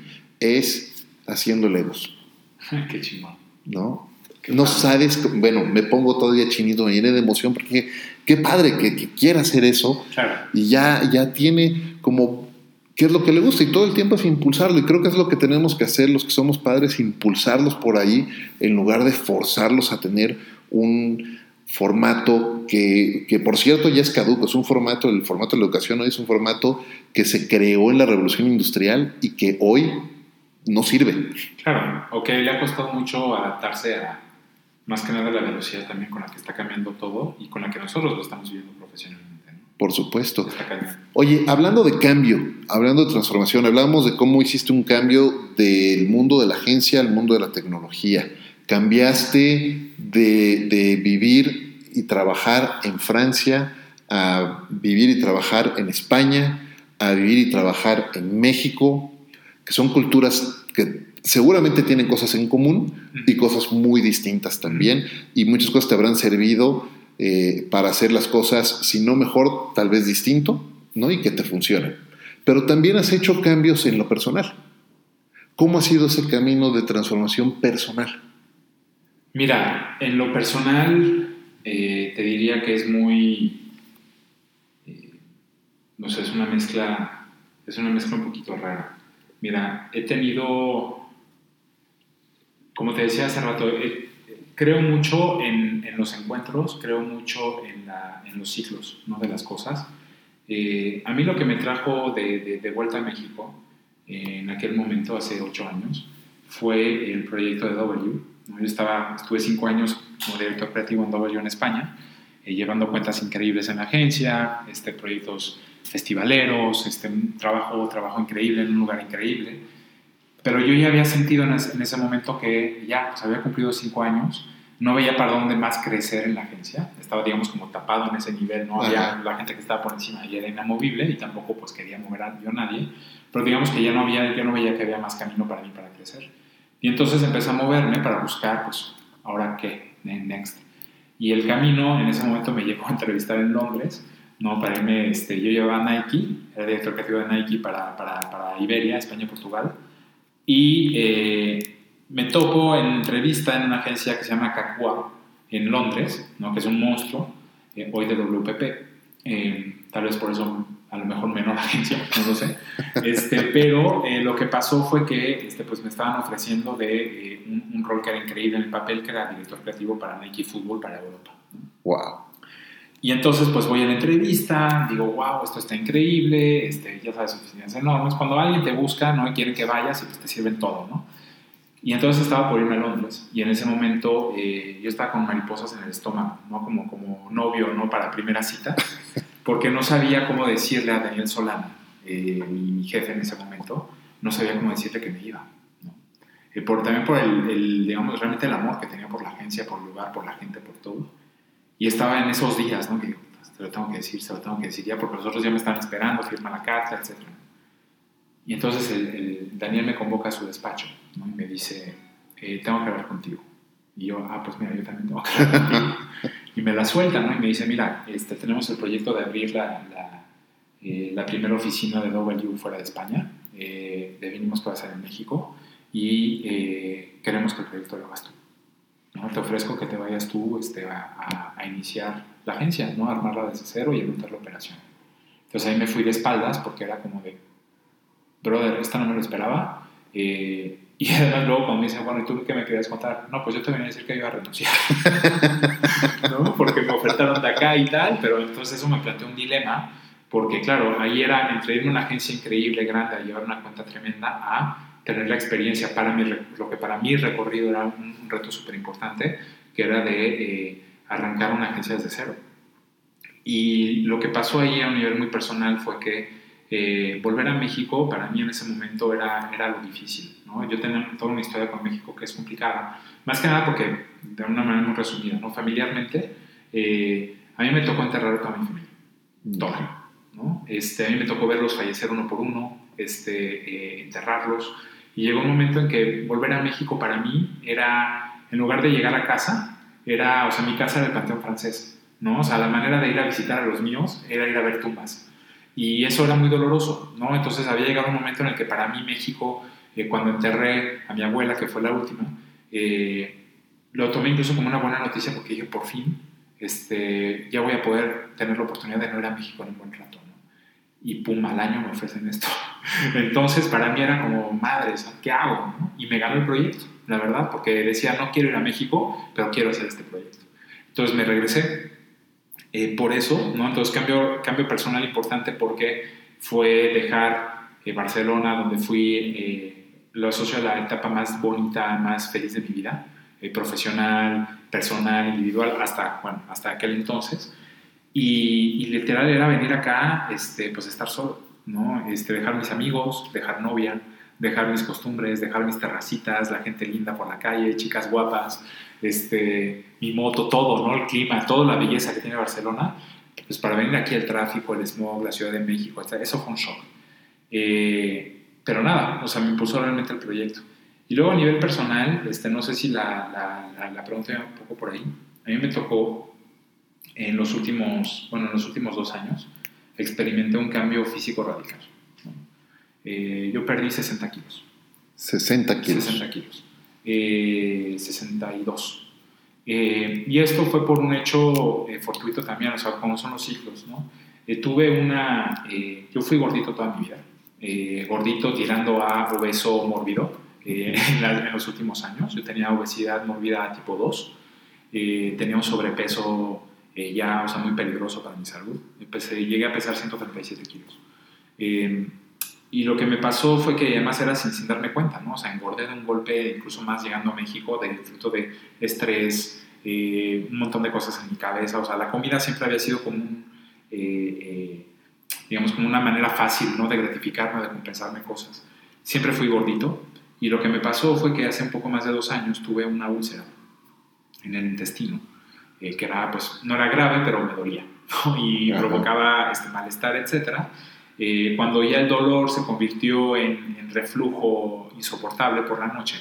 es haciendo Legos. Qué chingón. ¿No? Qué no padre. Sabes, bueno, me pongo todavía chinito, me llené de emoción porque qué padre que, que quiera hacer eso. Claro. Y ya, ya tiene como qué es lo que le gusta y todo el tiempo es impulsarlo, y creo que es lo que tenemos que hacer los que somos padres, impulsarlos por ahí en lugar de forzarlos a tener un formato que, que por cierto ya es caduco. Es un formato, el formato de la educación hoy es un formato que se creó en la revolución industrial y que hoy no sirve. Claro, o que le ha costado mucho adaptarse a, más que nada, la velocidad también con la que está cambiando todo y con la que nosotros lo estamos viviendo profesionalmente. Por supuesto. Oye, hablando de cambio, hablando de transformación, hablamos de cómo hiciste un cambio del mundo de la agencia al mundo de la tecnología. Cambiaste de, de vivir y trabajar en Francia a vivir y trabajar en España, a vivir y trabajar en México, que son culturas que seguramente tienen cosas en común y cosas muy distintas también, y muchas cosas te habrán servido Eh, para hacer las cosas, si no mejor, tal vez distinto, ¿no? Y que te funcionen. Pero también has hecho cambios en lo personal. ¿Cómo ha sido ese camino de transformación personal? Mira, en lo personal, eh, te diría que es muy, eh, no sé, es una mezcla, es una mezcla un poquito rara. Mira, he tenido, como te decía hace rato, he, creo mucho en, en los encuentros, creo mucho en, la, en los ciclos, ¿no? De las cosas. Eh, a mí lo que me trajo de, de, de vuelta a México, eh, en aquel momento, hace ocho años, fue el proyecto de W. ¿no? Yo estaba, estuve cinco años como director creativo en W en España, eh, llevando cuentas increíbles en la agencia, este, proyectos festivaleros, este, un trabajo, trabajo increíble en un lugar increíble. Pero yo ya había sentido en ese, en ese momento que ya pues, había cumplido cinco años, no veía para dónde más crecer en la agencia, estaba, digamos, como tapado en ese nivel, no había la gente que estaba por encima y era inamovible, y tampoco pues quería mover a yo a nadie, pero digamos que ya no había, yo no veía que había más camino para mí para crecer. Y entonces empecé a moverme para buscar, pues, ¿ahora qué? Next. Y el camino en ese momento me llevó a entrevistar en Londres, ¿no? Para irme, este, yo llevaba Nike, era director creativo de Nike para, para, para Iberia, España y Portugal. Y eh, me topo en entrevista en una agencia que se llama Kakua en Londres, ¿no? Que es un monstruo, eh, hoy de W P P. Eh, tal vez por eso a lo mejor menor agencia, no lo sé. Este, pero eh, lo que pasó fue que este, pues me estaban ofreciendo de, eh, un, un rol que era increíble en el papel, que era director creativo para Nike Fútbol para Europa. ¿no? Wow. Y entonces pues voy a la entrevista, digo, wow, esto está increíble, este, ya sabes, oficinas enormes. Cuando alguien te busca, ¿no? Y quiere que vayas y pues te sirven todo, ¿no? Y entonces estaba por irme a Londres y en ese momento eh, yo estaba con mariposas en el estómago, ¿no? Como, como novio, ¿no? Para primera cita, porque no sabía cómo decirle a Daniel Solana, eh, mi jefe en ese momento, no sabía cómo decirle que me iba, ¿no? Eh, por, también por el, el, digamos, realmente el amor que tenía por la agencia, por el lugar, por la gente, por todo. Y estaba en esos días, ¿no? Que digo, se lo tengo que decir, se lo tengo que decir ya, porque los otros ya me estaban esperando, firma la carta, etcétera. Y entonces el, el Daniel me convoca a su despacho, ¿no? Y me dice, eh, tengo que hablar contigo. Y yo, ah, pues mira, yo también tengo que hablar contigo. Y me la suelta, ¿no? Y me dice, mira, este, tenemos el proyecto de abrir la, la, eh, la primera oficina de W fuera de España. Eh, definimos que va a ser en México y eh, queremos que el proyecto lo hagas tú, ¿no? Te ofrezco que te vayas tú este, a, a, a iniciar la agencia, ¿no? A armarla desde cero y a montar la operación. Entonces ahí me fui de espaldas porque era como de, brother, esta no me lo esperaba. Eh, y además luego cuando me dicen, bueno, ¿y tú qué me querías contar? No, pues yo te venía a decir que iba a renunciar, ¿no? Porque me ofertaron de acá y tal, pero entonces eso me planteó un dilema, porque claro, ahí era entre irme a una agencia increíble, grande, a llevar una cuenta tremenda, a tener la experiencia para mí, lo que para mí recorrido era un, un reto súper importante, que era de eh, arrancar una agencia desde cero. Y lo que pasó ahí a un nivel muy personal fue que Eh, volver a México para mí en ese momento era, era lo difícil, ¿no? Yo tenía toda una historia con México que es complicada, más que nada porque de una manera muy resumida, ¿no? Familiarmente eh, a mí me tocó enterrar a toda mi familia, toda, ¿no? Este, a mí me tocó verlos fallecer uno por uno, este, eh, enterrarlos, y llegó un momento en que volver a México para mí era, en lugar de llegar a casa, era, o sea, mi casa era el Panteón Francés, ¿no? O sea, la manera de ir a visitar a los míos era ir a ver tumbas. Y eso era muy doloroso, ¿no? Entonces había llegado un momento en el que para mí México, eh, cuando enterré a mi abuela, que fue la última, eh, lo tomé incluso como una buena noticia porque dije, por fin, este, ya voy a poder tener la oportunidad de no ir a México en un buen rato, ¿no? Y pum, al año me ofrecen esto. Entonces para mí era como, madre, ¿qué hago? ¿No? Y me ganó el proyecto, la verdad, porque decía, no quiero ir a México, pero quiero hacer este proyecto. Entonces me regresé. Eh, por eso, ¿no? Entonces cambio, cambio personal importante porque fue dejar eh, Barcelona, donde fui, eh, lo asocio a la etapa más bonita, más feliz de mi vida, eh, profesional, personal, individual, hasta, bueno, hasta aquel entonces. Y, y literal era venir acá, este, pues estar solo, ¿no? Este, dejar mis amigos, dejar novia, dejar mis costumbres, dejar mis terracitas, la gente linda por la calle, chicas guapas, este, mi moto, todo, ¿no? El clima, toda la belleza que tiene Barcelona, pues para venir aquí el tráfico, el smog, la Ciudad de México, eso fue un shock. Eh, pero nada, o sea, me impulsó realmente el proyecto. Y luego a nivel personal, este, no sé si la, la, la, la pregunta iba un poco por ahí, a mí me tocó en los últimos, bueno, en los últimos dos años, experimenté un cambio físico radical, ¿no? Eh, yo perdí sesenta kilos. sesenta kilos. sesenta kilos. Eh, sesenta y dos. Eh, y esto fue por un hecho eh, fortuito también, o sea, como son los ciclos, ¿no? Eh, tuve una... Eh, yo fui gordito toda mi vida. Eh, gordito tirando a obeso mórbido eh, en, la, en los últimos años. Yo tenía obesidad mórbida tipo dos. Eh, tenía un sobrepeso eh, ya, o sea, muy peligroso para mi salud. Empecé, llegué a pesar ciento treinta y siete kilos. Eh, y lo que me pasó fue que además era sin, sin darme cuenta, ¿no? O sea, engordé de un golpe, incluso más llegando a México, de fruto de estrés, eh, un montón de cosas en mi cabeza. O sea, la comida siempre había sido como un, eh, eh, digamos, como una manera fácil, ¿no? De gratificarme, de compensarme cosas. Siempre fui gordito. Y lo que me pasó fue que hace un poco más de dos años tuve una úlcera en el intestino, eh, que era, pues, no era grave, pero me dolía, ¿no? Y Ajá. provocaba este malestar, etcétera. Eh, cuando ya el dolor se convirtió en, en reflujo insoportable por la noche,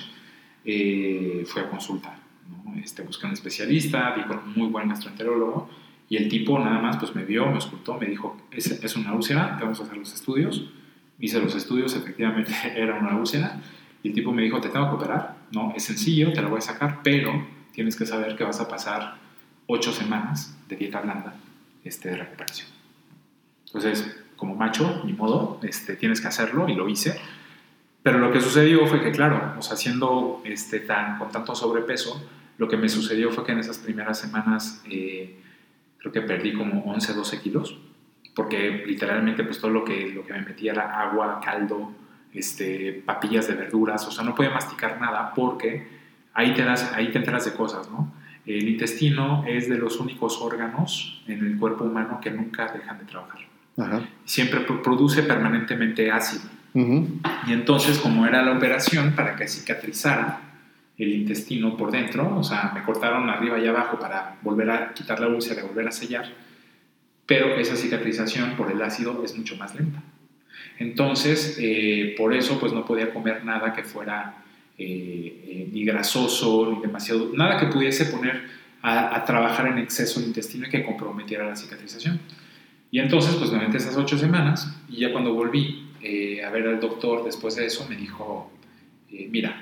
eh, fui a consultar, ¿no? Este, busqué un especialista, vi con un muy buen gastroenterólogo, y el tipo nada más pues me vio, me auscultó, me dijo, es, es una úlcera, te vamos a hacer los estudios. Hice los estudios, efectivamente era una úlcera, y el tipo me dijo, te tengo que operar, ¿no? Es sencillo, te lo voy a sacar, pero tienes que saber que vas a pasar ocho semanas de dieta blanda este, de recuperación. Entonces, como macho, ni modo, este, tienes que hacerlo, y lo hice. Pero lo que sucedió fue que, claro, o sea, siendo este, tan, con tanto sobrepeso, lo que me sucedió fue que en esas primeras semanas eh, creo que perdí como once, doce kilos, porque literalmente pues todo lo que, lo que me metía era agua, caldo, este, papillas de verduras, o sea, no puede masticar nada porque ahí te, das, ahí te enteras de cosas, ¿no? El intestino es de los únicos órganos en el cuerpo humano que nunca dejan de trabajar. Ajá. Siempre produce permanentemente ácido. Uh-huh. Y entonces, como era la operación para que cicatrizara el intestino por dentro, o sea, me cortaron arriba y abajo para volver a quitar la úlcera y volver a sellar, pero esa cicatrización por el ácido es mucho más lenta. Entonces, eh, por eso, pues no podía comer nada que fuera eh, eh, ni grasoso, ni demasiado, nada que pudiese poner a, a trabajar en exceso el intestino y que comprometiera la cicatrización. Y entonces, pues me aventé esas ocho semanas y ya cuando volví eh, a ver al doctor después de eso, me dijo, eh, mira,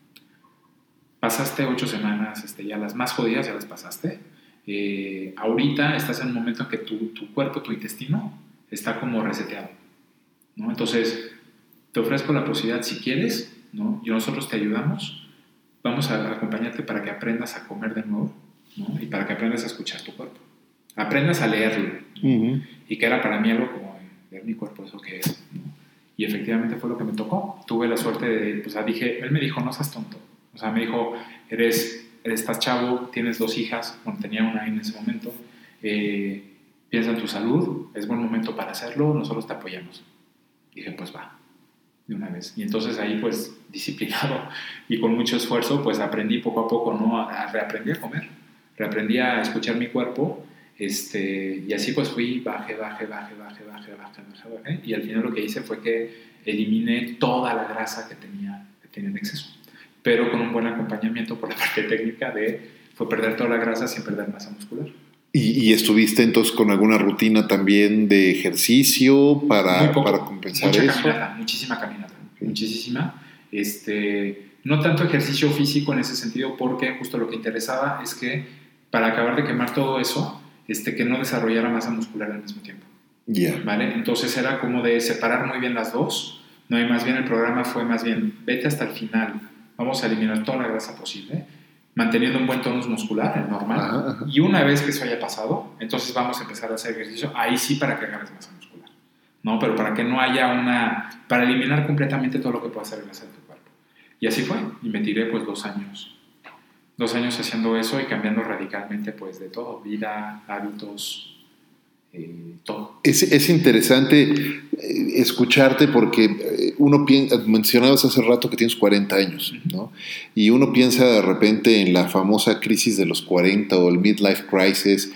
pasaste ocho semanas, este, ya las más jodidas ya las pasaste. Eh, ahorita estás en un momento en que tu, tu cuerpo, tu intestino, está como reseteado, ¿no? Entonces, te ofrezco la posibilidad, si quieres, ¿no? Y nosotros te ayudamos, vamos a acompañarte para que aprendas a comer de nuevo, ¿no? Y para que aprendas a escuchar tu cuerpo. Aprendas a leerlo, ¿no? Uh-huh. Y que era para mí algo como ver mi cuerpo, eso que es, ¿no? Y efectivamente fue lo que me tocó. Tuve la suerte de, pues, dije, él me dijo, no seas tonto. O sea, me dijo, eres, eres estás chavo, tienes dos hijas, bueno, tenía una en ese momento, eh, piensa en tu salud, es buen momento para hacerlo, nosotros te apoyamos. Dije, pues va, de una vez. Y entonces ahí, pues, disciplinado y con mucho esfuerzo, pues aprendí poco a poco, ¿no? A, a reaprendí a comer, reaprendí a escuchar mi cuerpo, este, y así pues fui, bajé, bajé, bajé, bajé, bajé, bajé, bajé, bajé, y al final lo que hice fue que eliminé toda la grasa que tenía, que tenía en exceso, pero con un buen acompañamiento por la parte técnica de, fue perder toda la grasa sin perder masa muscular. ¿Y, y estuviste entonces con alguna rutina también de ejercicio para, para compensar mucha eso? Caminata, muchísima caminata, okay. muchísima. Este, no tanto ejercicio físico en ese sentido, porque justo lo que interesaba es que para acabar de quemar todo eso, este, que no desarrollara masa muscular al mismo tiempo. Yeah. ¿Vale? Entonces era como de separar muy bien las dos, no, y más bien el programa fue más bien, vete hasta el final, vamos a eliminar toda la grasa posible, manteniendo un buen tonus muscular, el normal, ajá, ajá. Y una vez que eso haya pasado, entonces vamos a empezar a hacer ejercicio, ahí sí para que agarres masa muscular, ¿no? Pero para que no haya una, para eliminar completamente todo lo que pueda hacer grasa de tu cuerpo. Y así fue, y me tiré pues dos años, dos años haciendo eso y cambiando radicalmente pues de todo, vida, hábitos, eh, todo. Es, es interesante escucharte porque uno piensa, mencionabas hace rato que tienes cuarenta años, ¿no? Y uno piensa de repente en la famosa crisis de los cuarenta o el midlife crisis,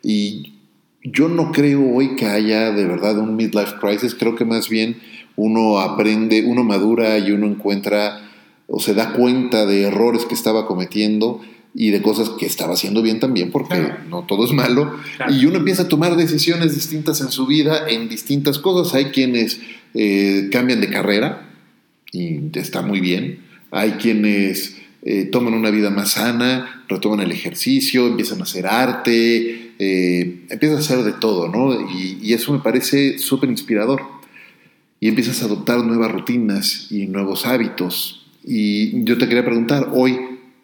y yo no creo hoy que haya de verdad un midlife crisis. Creo que más bien uno aprende, uno madura y uno encuentra o se da cuenta de errores que estaba cometiendo y de cosas que estaba haciendo bien también, porque claro, no todo es malo, claro. Y uno empieza a tomar decisiones distintas en su vida, en distintas cosas. Hay quienes eh, cambian de carrera y está muy bien, hay quienes eh, toman una vida más sana, retoman el ejercicio, empiezan a hacer arte, eh, empiezan a hacer de todo, ¿no? Y, y eso me parece súper inspirador, y empiezas a adoptar nuevas rutinas y nuevos hábitos. Y yo te quería preguntar, hoy,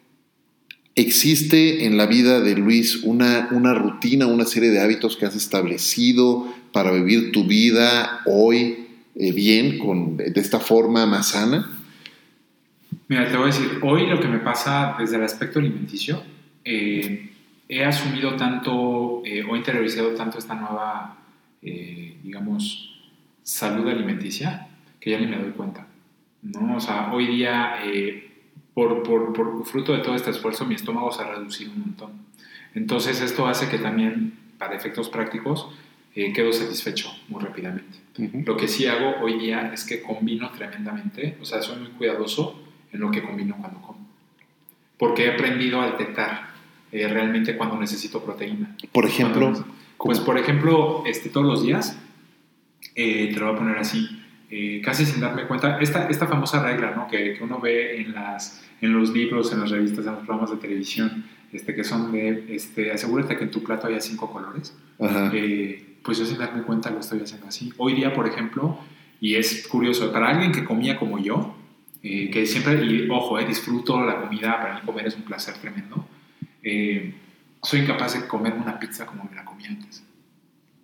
¿existe en la vida de Luis una, una rutina, una serie de hábitos que has establecido para vivir tu vida hoy eh, bien, con, de esta forma más sana? Mira, te voy a decir, hoy lo que me pasa desde el aspecto alimenticio, eh, he asumido tanto eh, o interiorizado tanto esta nueva, eh, digamos, salud alimenticia, que ya ni me doy cuenta, ¿no? O sea, hoy día... Eh, Por, por, por fruto de todo este esfuerzo, mi estómago se ha reducido un montón. Entonces, esto hace que también, para efectos prácticos, eh, quedo satisfecho muy rápidamente. Uh-huh. Lo que sí hago hoy día es que combino tremendamente, o sea, soy muy cuidadoso en lo que combino cuando como. Porque he aprendido a detectar eh, realmente cuando necesito proteína. Por ejemplo, cuando, pues, por ejemplo, este, todos los días, eh, te lo voy a poner así. Eh, casi sin darme cuenta, esta, esta famosa regla, ¿no? que, que uno ve en, las, en los libros, en las revistas, en los programas de televisión, este, que son de, este, asegúrate que en tu plato haya cinco colores. Eh, pues yo sin darme cuenta lo estoy haciendo así. Hoy día, por ejemplo, y es curioso, para alguien que comía como yo, eh, que siempre, y ojo, eh, disfruto la comida, para mí comer es un placer tremendo, eh, soy incapaz de comer una pizza como me la comía antes.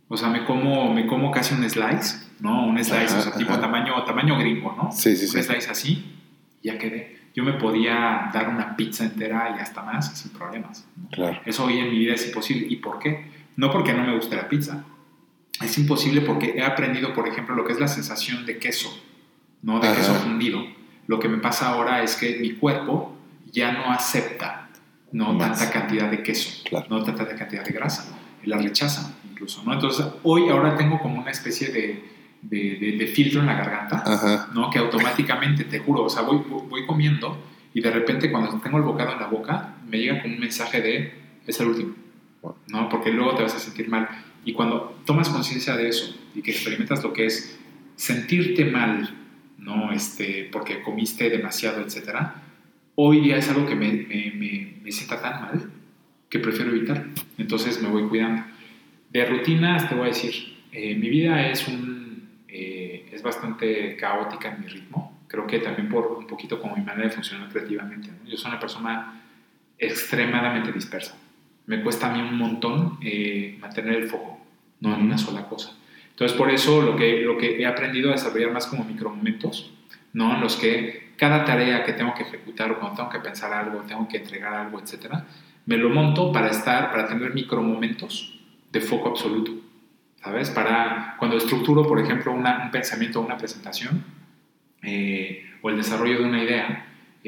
O sea, me como, me como casi un slice, ¿no? Un slice, ajá, o sea, tipo ajá. tamaño, tamaño gringo, ¿no? Sí, sí, un sí. slice así, y ya quedé. Yo me podía dar una pizza entera y hasta más sin problemas. Claro. Eso hoy en mi vida es imposible. ¿Y por qué? No porque no me guste la pizza. Es imposible porque he aprendido, por ejemplo, lo que es la sensación de queso, ¿no? De ajá. queso fundido. Lo que me pasa ahora es que mi cuerpo ya no acepta, ¿no? Más. Tanta cantidad de queso, claro. No tanta cantidad de grasa. La rechaza incluso, ¿no? Entonces, hoy ahora tengo como una especie de... De, de, de filtro en la garganta, ajá. ¿No? Que automáticamente, te juro, o sea, voy, voy comiendo y de repente cuando tengo el bocado en la boca me llega como un mensaje de es el último, ¿no? Porque luego te vas a sentir mal. Y cuando tomas conciencia de eso y que experimentas lo que es sentirte mal, ¿no? Este, porque comiste demasiado, etcétera, hoy día es algo que me, me, me, me sienta tan mal que prefiero evitar. Entonces me voy cuidando. De rutinas te voy a decir, eh, mi vida es un Eh, es bastante caótica en mi ritmo. Creo que también por un poquito como mi manera de funcionar creativamente, ¿no? Yo soy una persona extremadamente dispersa. Me cuesta a mí un montón eh, mantener el foco, no en una sola cosa. Entonces, por eso lo que, lo que he aprendido a desarrollar más como micromomentos, ¿no? En los que cada tarea que tengo que ejecutar o cuando tengo que pensar algo, tengo que entregar algo, etcétera, me lo monto para estar, para tener micromomentos de foco absoluto. ¿Sabes? Para cuando estructuro, por ejemplo, una, un pensamiento o una presentación eh, o el desarrollo de una idea,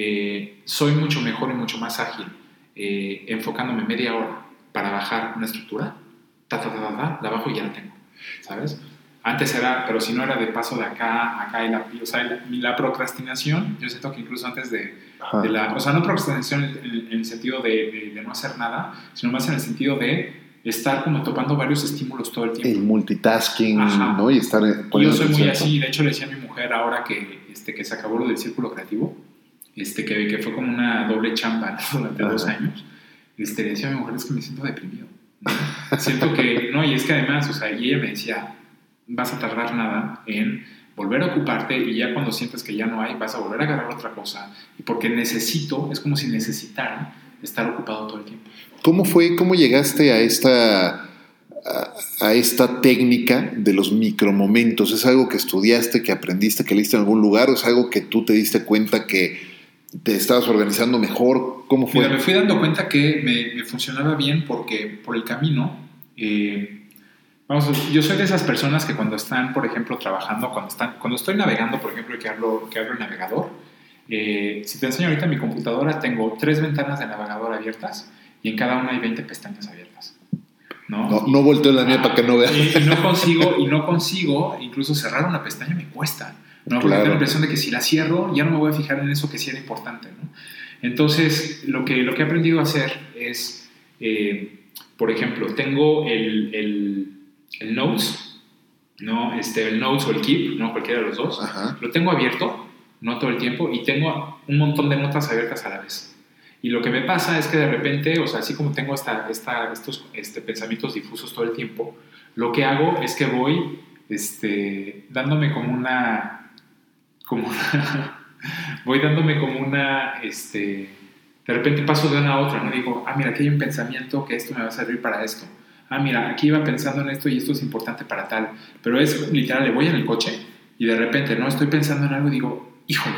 eh, soy mucho mejor y mucho más ágil eh, enfocándome media hora para bajar una estructura, ta, ta, ta, ta, ta, la bajo y ya la tengo, ¿sabes? Antes era, pero si no era de paso de acá, acá y la, o sea, la, la procrastinación, yo siento que incluso antes de, de la, o sea, no procrastinación en, en, en el sentido de, de, de no hacer nada, sino más en el sentido de estar como topando varios estímulos todo el tiempo. El multitasking, ajá. ¿No? Y estar yo soy muy así, de hecho le decía a mi mujer ahora que, este, que se acabó lo del círculo creativo, este, que, que fue como una doble chamba, ¿no? Durante ajá. dos años, este, le decía a mi mujer, es que me siento deprimido, ¿no? Siento que, no, y es que además, o sea, y ella me decía, vas a tardar nada en volver a ocuparte y ya cuando sientes que ya no hay, vas a volver a agarrar otra cosa, y porque necesito, es como si necesitara estar ocupado todo el tiempo. ¿Cómo fue, cómo llegaste a esta, a, a esta técnica de los micromomentos? ¿Es algo que estudiaste, que aprendiste, que leíste en algún lugar, o es algo que tú te diste cuenta que te estabas organizando mejor? ¿Cómo fue? Mira, me fui dando cuenta que me, me funcionaba bien porque por el camino, eh, vamos, yo soy de esas personas que cuando están, por ejemplo, trabajando, cuando, están, cuando estoy navegando, por ejemplo, que hablo, que hablo el navegador, eh, si te enseño ahorita mi computadora, tengo tres ventanas de navegador abiertas y en cada una hay veinte pestañas abiertas. No, no, no volteo la mía ah, para que no veas. Y, y, no consigo, y no consigo, incluso cerrar una pestaña me cuesta. ¿No? Porque claro. Tengo la impresión de que si la cierro, ya no me voy a fijar en eso que sí era importante, ¿no? Entonces, lo que, lo que he aprendido a hacer es, eh, por ejemplo, tengo el, el, el Notes, ¿no? Este, el Notes o el Keep, ¿no? Cualquiera de los dos. Ajá. Lo tengo abierto, no todo el tiempo, y tengo un montón de notas abiertas a la vez. Y lo que me pasa es que de repente, o sea, así como tengo esta, esta, estos este, pensamientos difusos todo el tiempo, lo que hago es que voy este, dándome como una... Como una voy dándome como una... Este, de repente paso de una a otra, ¿no? Digo, ah, mira, aquí hay un pensamiento que esto me va a servir para esto. Ah, mira, aquí iba pensando en esto y esto es importante para tal. Pero es literal, le voy en el coche y de repente, ¿no? Estoy pensando en algo y digo, híjole,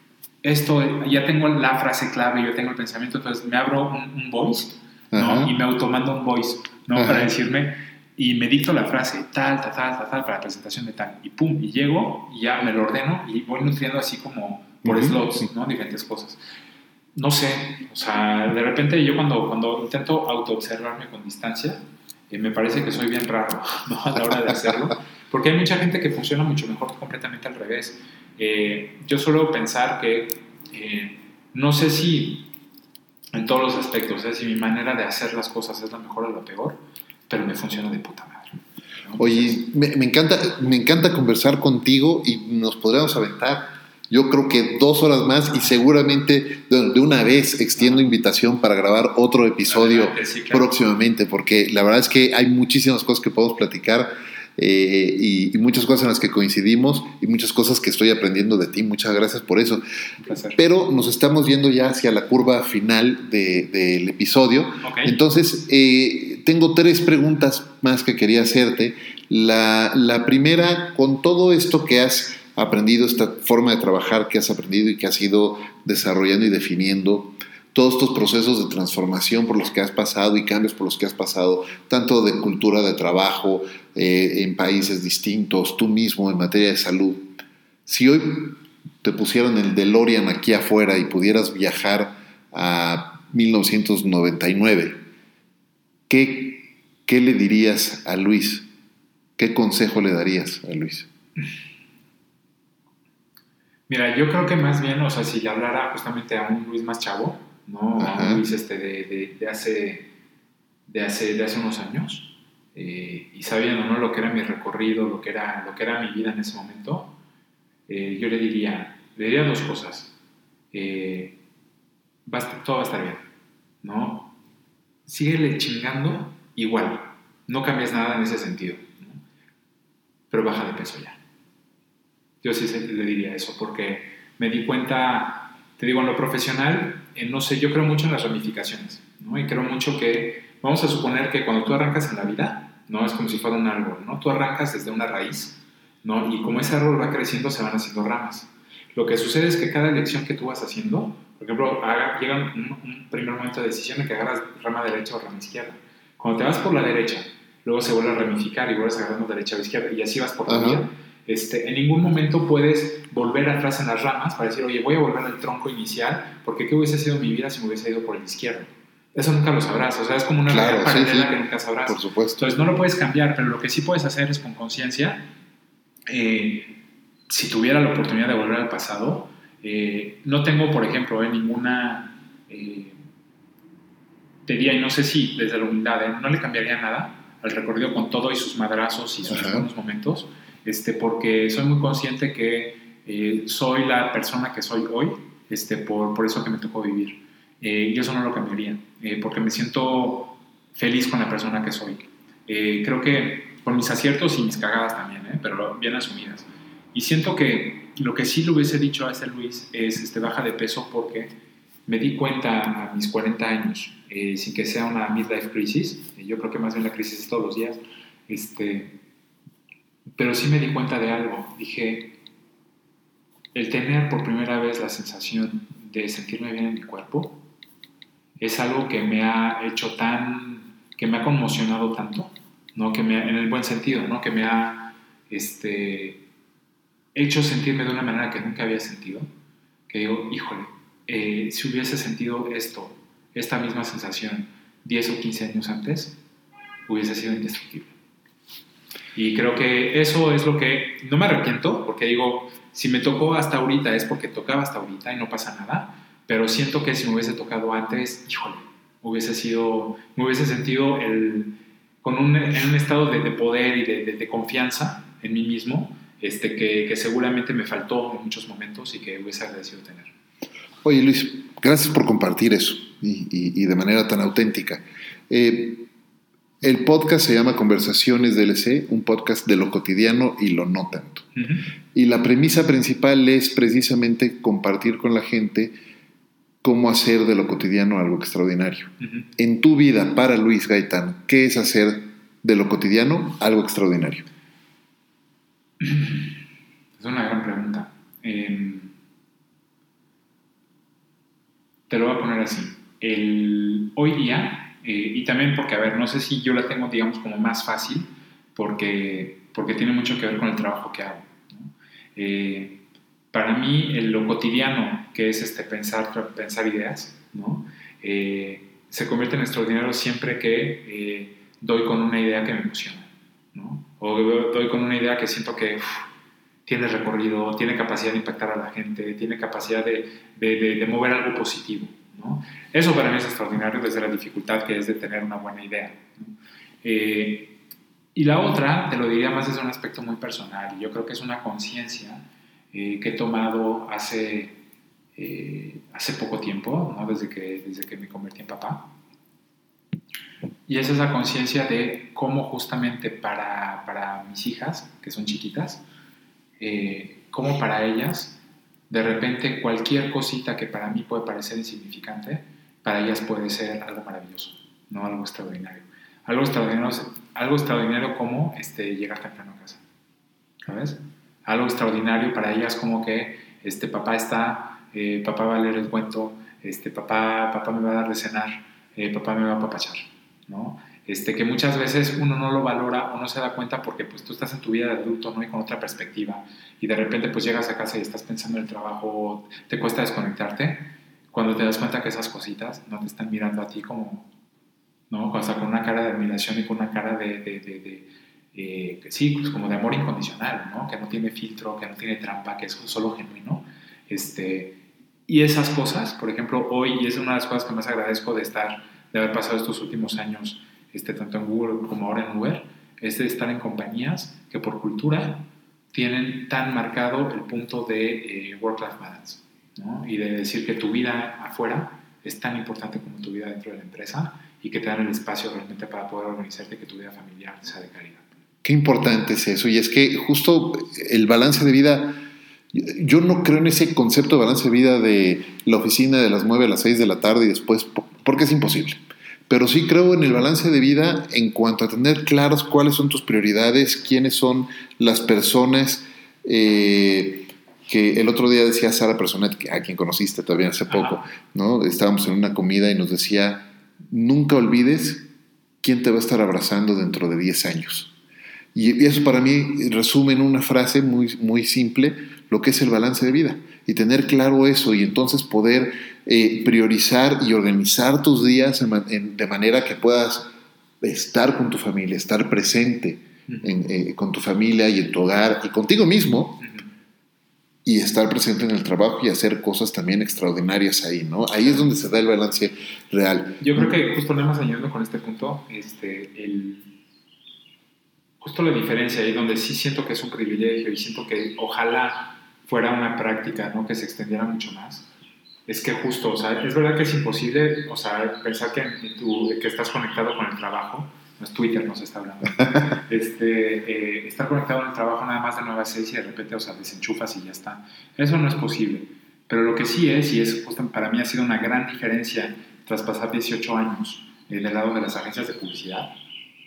esto, ya tengo la frase clave, yo tengo el pensamiento, entonces me abro un, un voice, ¿no? Uh-huh. Y me automando un voice, ¿no? Uh-huh. Para decirme, y me dicto la frase, tal, tal, tal, tal, tal, para la presentación de tal, y pum, y llego, y ya me lo ordeno, y voy nutriendo así como por uh-huh. slots, ¿no? Diferentes cosas. No sé, o sea, de repente yo cuando, cuando intento auto-observarme con distancia, eh, me parece que soy bien raro, ¿no? A la hora de hacerlo, porque hay mucha gente que funciona mucho mejor completamente al revés. Eh, yo suelo pensar que eh, no sé si en todos los aspectos, ¿eh? Si mi manera de hacer las cosas es la mejor o la peor, pero me funciona de puta madre, ¿no? Oye, me, me, encanta, me encanta conversar contigo y nos podríamos aventar yo creo que dos horas más y seguramente de, de una vez extiendo invitación para grabar otro episodio sí, claro. próximamente, porque la verdad es que hay muchísimas cosas que podemos platicar. Eh, y, y muchas cosas en las que coincidimos y muchas cosas que estoy aprendiendo de ti. Muchas gracias por eso. Un placer. Pero nos estamos yendo ya hacia la curva final de, del episodio. Okay. Entonces, eh, tengo tres preguntas más que quería hacerte. La, la primera, con todo esto que has aprendido, esta forma de trabajar que has aprendido y que has ido desarrollando y definiendo, todos estos procesos de transformación por los que has pasado y cambios por los que has pasado, tanto de cultura de trabajo, eh, en países distintos, tú mismo en materia de salud. Si hoy te pusieran el DeLorean aquí afuera y pudieras viajar a mil novecientos noventa y nueve, ¿qué, qué le dirías a Luis? ¿Qué consejo le darías a Luis? Mira, yo creo que más bien, o sea, si le hablara justamente a un Luis más chavo, ¿no? Ajá. A un Luis este de, de, de, hace, de, hace, de hace unos años, eh, y sabiendo, ¿no?, lo que era mi recorrido, lo que era, lo que era mi vida en ese momento, eh, yo le diría, le diría dos cosas. Eh, va a estar, todo va a estar bien, ¿no? Síguele chingando igual, no cambies nada en ese sentido, ¿no? Pero baja de peso ya. Yo sí le diría eso, porque me di cuenta, te digo, en lo profesional, eh, no sé, yo creo mucho en las ramificaciones, ¿no? Y creo mucho que, vamos a suponer que cuando tú arrancas en la vida, ¿no?, es como si fuera un árbol, ¿no? Tú arrancas desde una raíz, ¿no? Y como ese árbol va creciendo, se van haciendo ramas. Lo que sucede es que cada elección que tú vas haciendo, por ejemplo, haga, llega un, un primer momento de decisión en que agarras rama derecha o rama izquierda. Cuando te vas por la derecha, luego se vuelve a ramificar y vuelves agarrando derecha o izquierda, y así vas por tu vida. Este, en ningún momento puedes volver atrás en las ramas para decir, oye, voy a volver al tronco inicial, porque ¿qué hubiese sido mi vida si me hubiese ido por el izquierdo? Eso nunca lo sabrás, o sea, es como una claro, realidad paralela, sí, sí, que nunca sabrás. Por supuesto. Entonces no lo puedes cambiar, pero lo que sí puedes hacer es con conciencia, eh, si tuviera la oportunidad de volver al pasado, eh, no tengo, por ejemplo, eh, ninguna, eh, diría, y no sé si desde la humildad, eh, no le cambiaría nada al recorrido con todo y sus madrazos y sus Ajá. buenos momentos, este, porque soy muy consciente que eh, soy la persona que soy hoy, este, por, por eso que me tocó vivir. Eh, y eso no lo cambiaría, eh, porque me siento feliz con la persona que soy. Eh, creo que con mis aciertos y mis cagadas también, eh, pero bien asumidas. Y siento que lo que sí le hubiese dicho a ese Luis es, este, baja de peso, porque me di cuenta a mis cuarenta años, eh, sin que sea una midlife crisis, eh, yo creo que más bien la crisis es todos los días, este, pero sí me di cuenta de algo. Dije, el tener por primera vez la sensación de sentirme bien en mi cuerpo es algo que me ha hecho tan, que me ha conmocionado tanto, ¿no? Que me ha, en el buen sentido, ¿no? Que me ha este, hecho sentirme de una manera que nunca había sentido, que digo, híjole, eh, si hubiese sentido esto, esta misma sensación diez o quince años antes, hubiese sido indestructible. Y creo que eso es lo que, no me arrepiento, porque digo, si me tocó hasta ahorita es porque tocaba hasta ahorita y no pasa nada, pero siento que si me hubiese tocado antes, híjole, hubiese sido, me hubiese sentido el, con un, en un estado de, de poder y de, de, de confianza en mí mismo, este, que, que seguramente me faltó en muchos momentos y que hubiese agradecido tener. Oye, Luis, gracias por compartir eso y, y, y de manera tan auténtica. Eh, el podcast se llama Conversaciones D L C, un podcast de lo cotidiano y lo no tanto. Uh-huh. Y la premisa principal es precisamente compartir con la gente cómo hacer de lo cotidiano algo extraordinario. Uh-huh. En tu vida, para Luis Gaitán, ¿qué es hacer de lo cotidiano algo extraordinario? Es una gran pregunta. Eh, te lo voy a poner así. El, hoy día, eh, y también porque, a ver, no sé si yo la tengo, digamos, como más fácil, porque, porque tiene mucho que ver con el trabajo que hago, ¿no? Eh, para mí, el, lo cotidiano, que es este, pensar, pensar ideas, ¿no? Eh, se convierte en extraordinario siempre que eh, doy con una idea que me emociona, ¿no? O doy con una idea que siento que uf, tiene recorrido, tiene capacidad de impactar a la gente, tiene capacidad de, de, de, de mover algo positivo, ¿no? Eso para mí es extraordinario desde la dificultad que es de tener una buena idea, ¿no? Eh, y la otra, te lo diría más desde un aspecto muy personal, y yo creo que es una conciencia eh, que he tomado hace, eh, hace poco tiempo, ¿no? desde, que, desde que me convertí en papá. Y es esa conciencia de cómo justamente para, para mis hijas, que son chiquitas, eh, cómo para ellas, de repente cualquier cosita que para mí puede parecer insignificante, para ellas puede ser algo maravilloso, ¿no? Algo extraordinario. Algo extraordinario, algo extraordinario como este, llegar temprano a casa, ¿sabes? Algo extraordinario para ellas como que este, papá está, eh, papá va a leer el cuento, este, papá, papá me va a dar de cenar, eh, papá me va a apapachar, ¿no? Este, que muchas veces uno no lo valora o no se da cuenta porque pues tú estás en tu vida de adulto, ¿no? Y con otra perspectiva, y de repente pues llegas a casa y estás pensando en el trabajo, te cuesta desconectarte, cuando te das cuenta que esas cositas no te están mirando a ti como, ¿no? O sea, con una cara de admiración y con una cara de, de, de, de eh, sí, pues como de amor incondicional, ¿no? Que no tiene filtro, que no tiene trampa, que es solo genuino, este, y esas cosas, por ejemplo, hoy, y es una de las cosas que más agradezco de estar, de haber pasado estos últimos años, este, tanto en Google como ahora en Uber, es de estar en compañías que por cultura tienen tan marcado el punto de eh, work-life balance, ¿no? Y de decir que tu vida afuera es tan importante como tu vida dentro de la empresa y que te dan el espacio realmente para poder organizarte y que tu vida familiar sea de calidad. Qué importante es eso, y es que justo el balance de vida, yo no creo en ese concepto de balance de vida de la oficina de las nueve a las seis de la tarde y después, porque es imposible. Pero sí creo en el balance de vida en cuanto a tener claros cuáles son tus prioridades, quiénes son las personas eh, que el otro día decía Sara Personet, a quien conociste también hace poco, ¿no? Estábamos en una comida y nos decía, nunca olvides quién te va a estar abrazando dentro de diez años. Y eso para mí resume en una frase muy, muy simple lo que es el balance de vida. Y tener claro eso y entonces poder eh, priorizar y organizar tus días en, en, de manera que puedas estar con tu familia, estar presente uh-huh. en, eh, con tu familia y en tu hogar y contigo mismo uh-huh. y estar presente en el trabajo y hacer cosas también extraordinarias ahí, ¿no? Ahí es donde se da el balance real. Yo creo que justo nada más añadiendo con este punto, este, el, justo la diferencia ahí donde sí siento que es un privilegio y siento que ojalá fuera una práctica, ¿no? Que se extendiera mucho más, es que justo, o sea, es verdad que es imposible, o sea, pensar que, en tu, que estás conectado con el trabajo, no es Twitter, no se está hablando, este, eh, estar conectado en el trabajo nada más de nueve a seis y de repente, o sea, desenchufas y ya está, eso no es posible, pero lo que sí es, y es justo, para mí ha sido una gran diferencia tras pasar dieciocho años eh, del lado de las agencias de publicidad,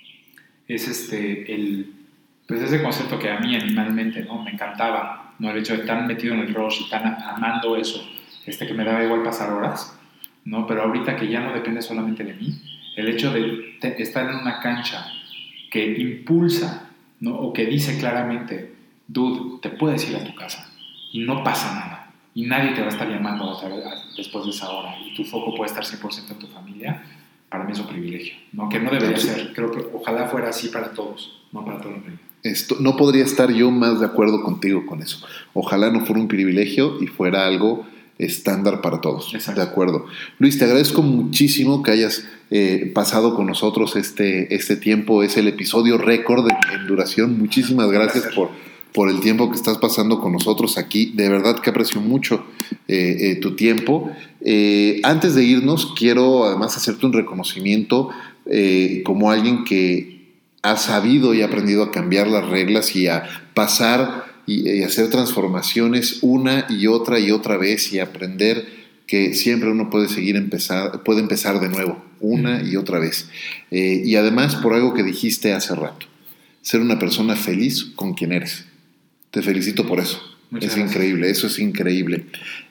es este, el, pues ese concepto que a mí animalmente, ¿no? Me encantaba, ¿no? El hecho de estar metido en el rush y tan amando eso, este, que me daba igual pasar horas, ¿no? Pero ahorita que ya no depende solamente de mí, el hecho de te, estar en una cancha que impulsa, ¿no? O que dice claramente, dude, te puedes ir a tu casa y no pasa nada y nadie te va a estar llamando otra vez después de esa hora y tu foco puede estar cien por ciento en tu familia, para mí es un privilegio, ¿no? Que no debería ser, creo que ojalá fuera así para todos, no para todo el mundo. Esto, no podría estar yo más de acuerdo contigo con eso. Ojalá no fuera un privilegio y fuera algo estándar para todos. Exacto. De acuerdo. Luis, te agradezco muchísimo que hayas eh, pasado con nosotros este, este tiempo. Es el episodio récord en duración. Muchísimas gracias por, por el tiempo que estás pasando con nosotros aquí. De verdad que aprecio mucho eh, eh, tu tiempo. Eh, antes de irnos, quiero además hacerte un reconocimiento eh, como alguien que ha sabido y ha aprendido a cambiar las reglas y a pasar y, y hacer transformaciones una y otra y otra vez y aprender que siempre uno puede seguir empezar, puede empezar de nuevo una y otra vez. Eh, y además por algo que dijiste hace rato, ser una persona feliz con quien eres. Te felicito por eso. Muchas es gracias. Increíble, eso es increíble.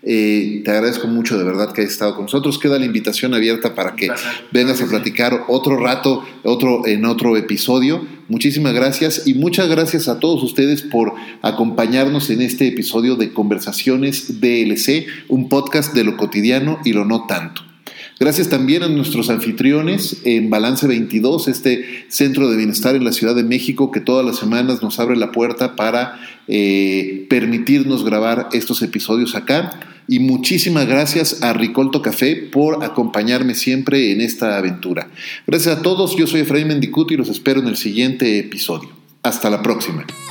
Eh, te agradezco mucho de verdad que hayas estado con nosotros. Queda la invitación abierta para que vengas a platicar otro rato, otro, en otro episodio. Muchísimas gracias y muchas gracias a todos ustedes por acompañarnos en este episodio de Conversaciones D L C, un podcast de lo cotidiano y lo no tanto. Gracias también a nuestros anfitriones en Balance veintidós, este centro de bienestar en la Ciudad de México que todas las semanas nos abre la puerta para eh, permitirnos grabar estos episodios acá. Y muchísimas gracias a Ricolto Café por acompañarme siempre en esta aventura. Gracias a todos, yo soy Efraín Mendicuti y los espero en el siguiente episodio. Hasta la próxima.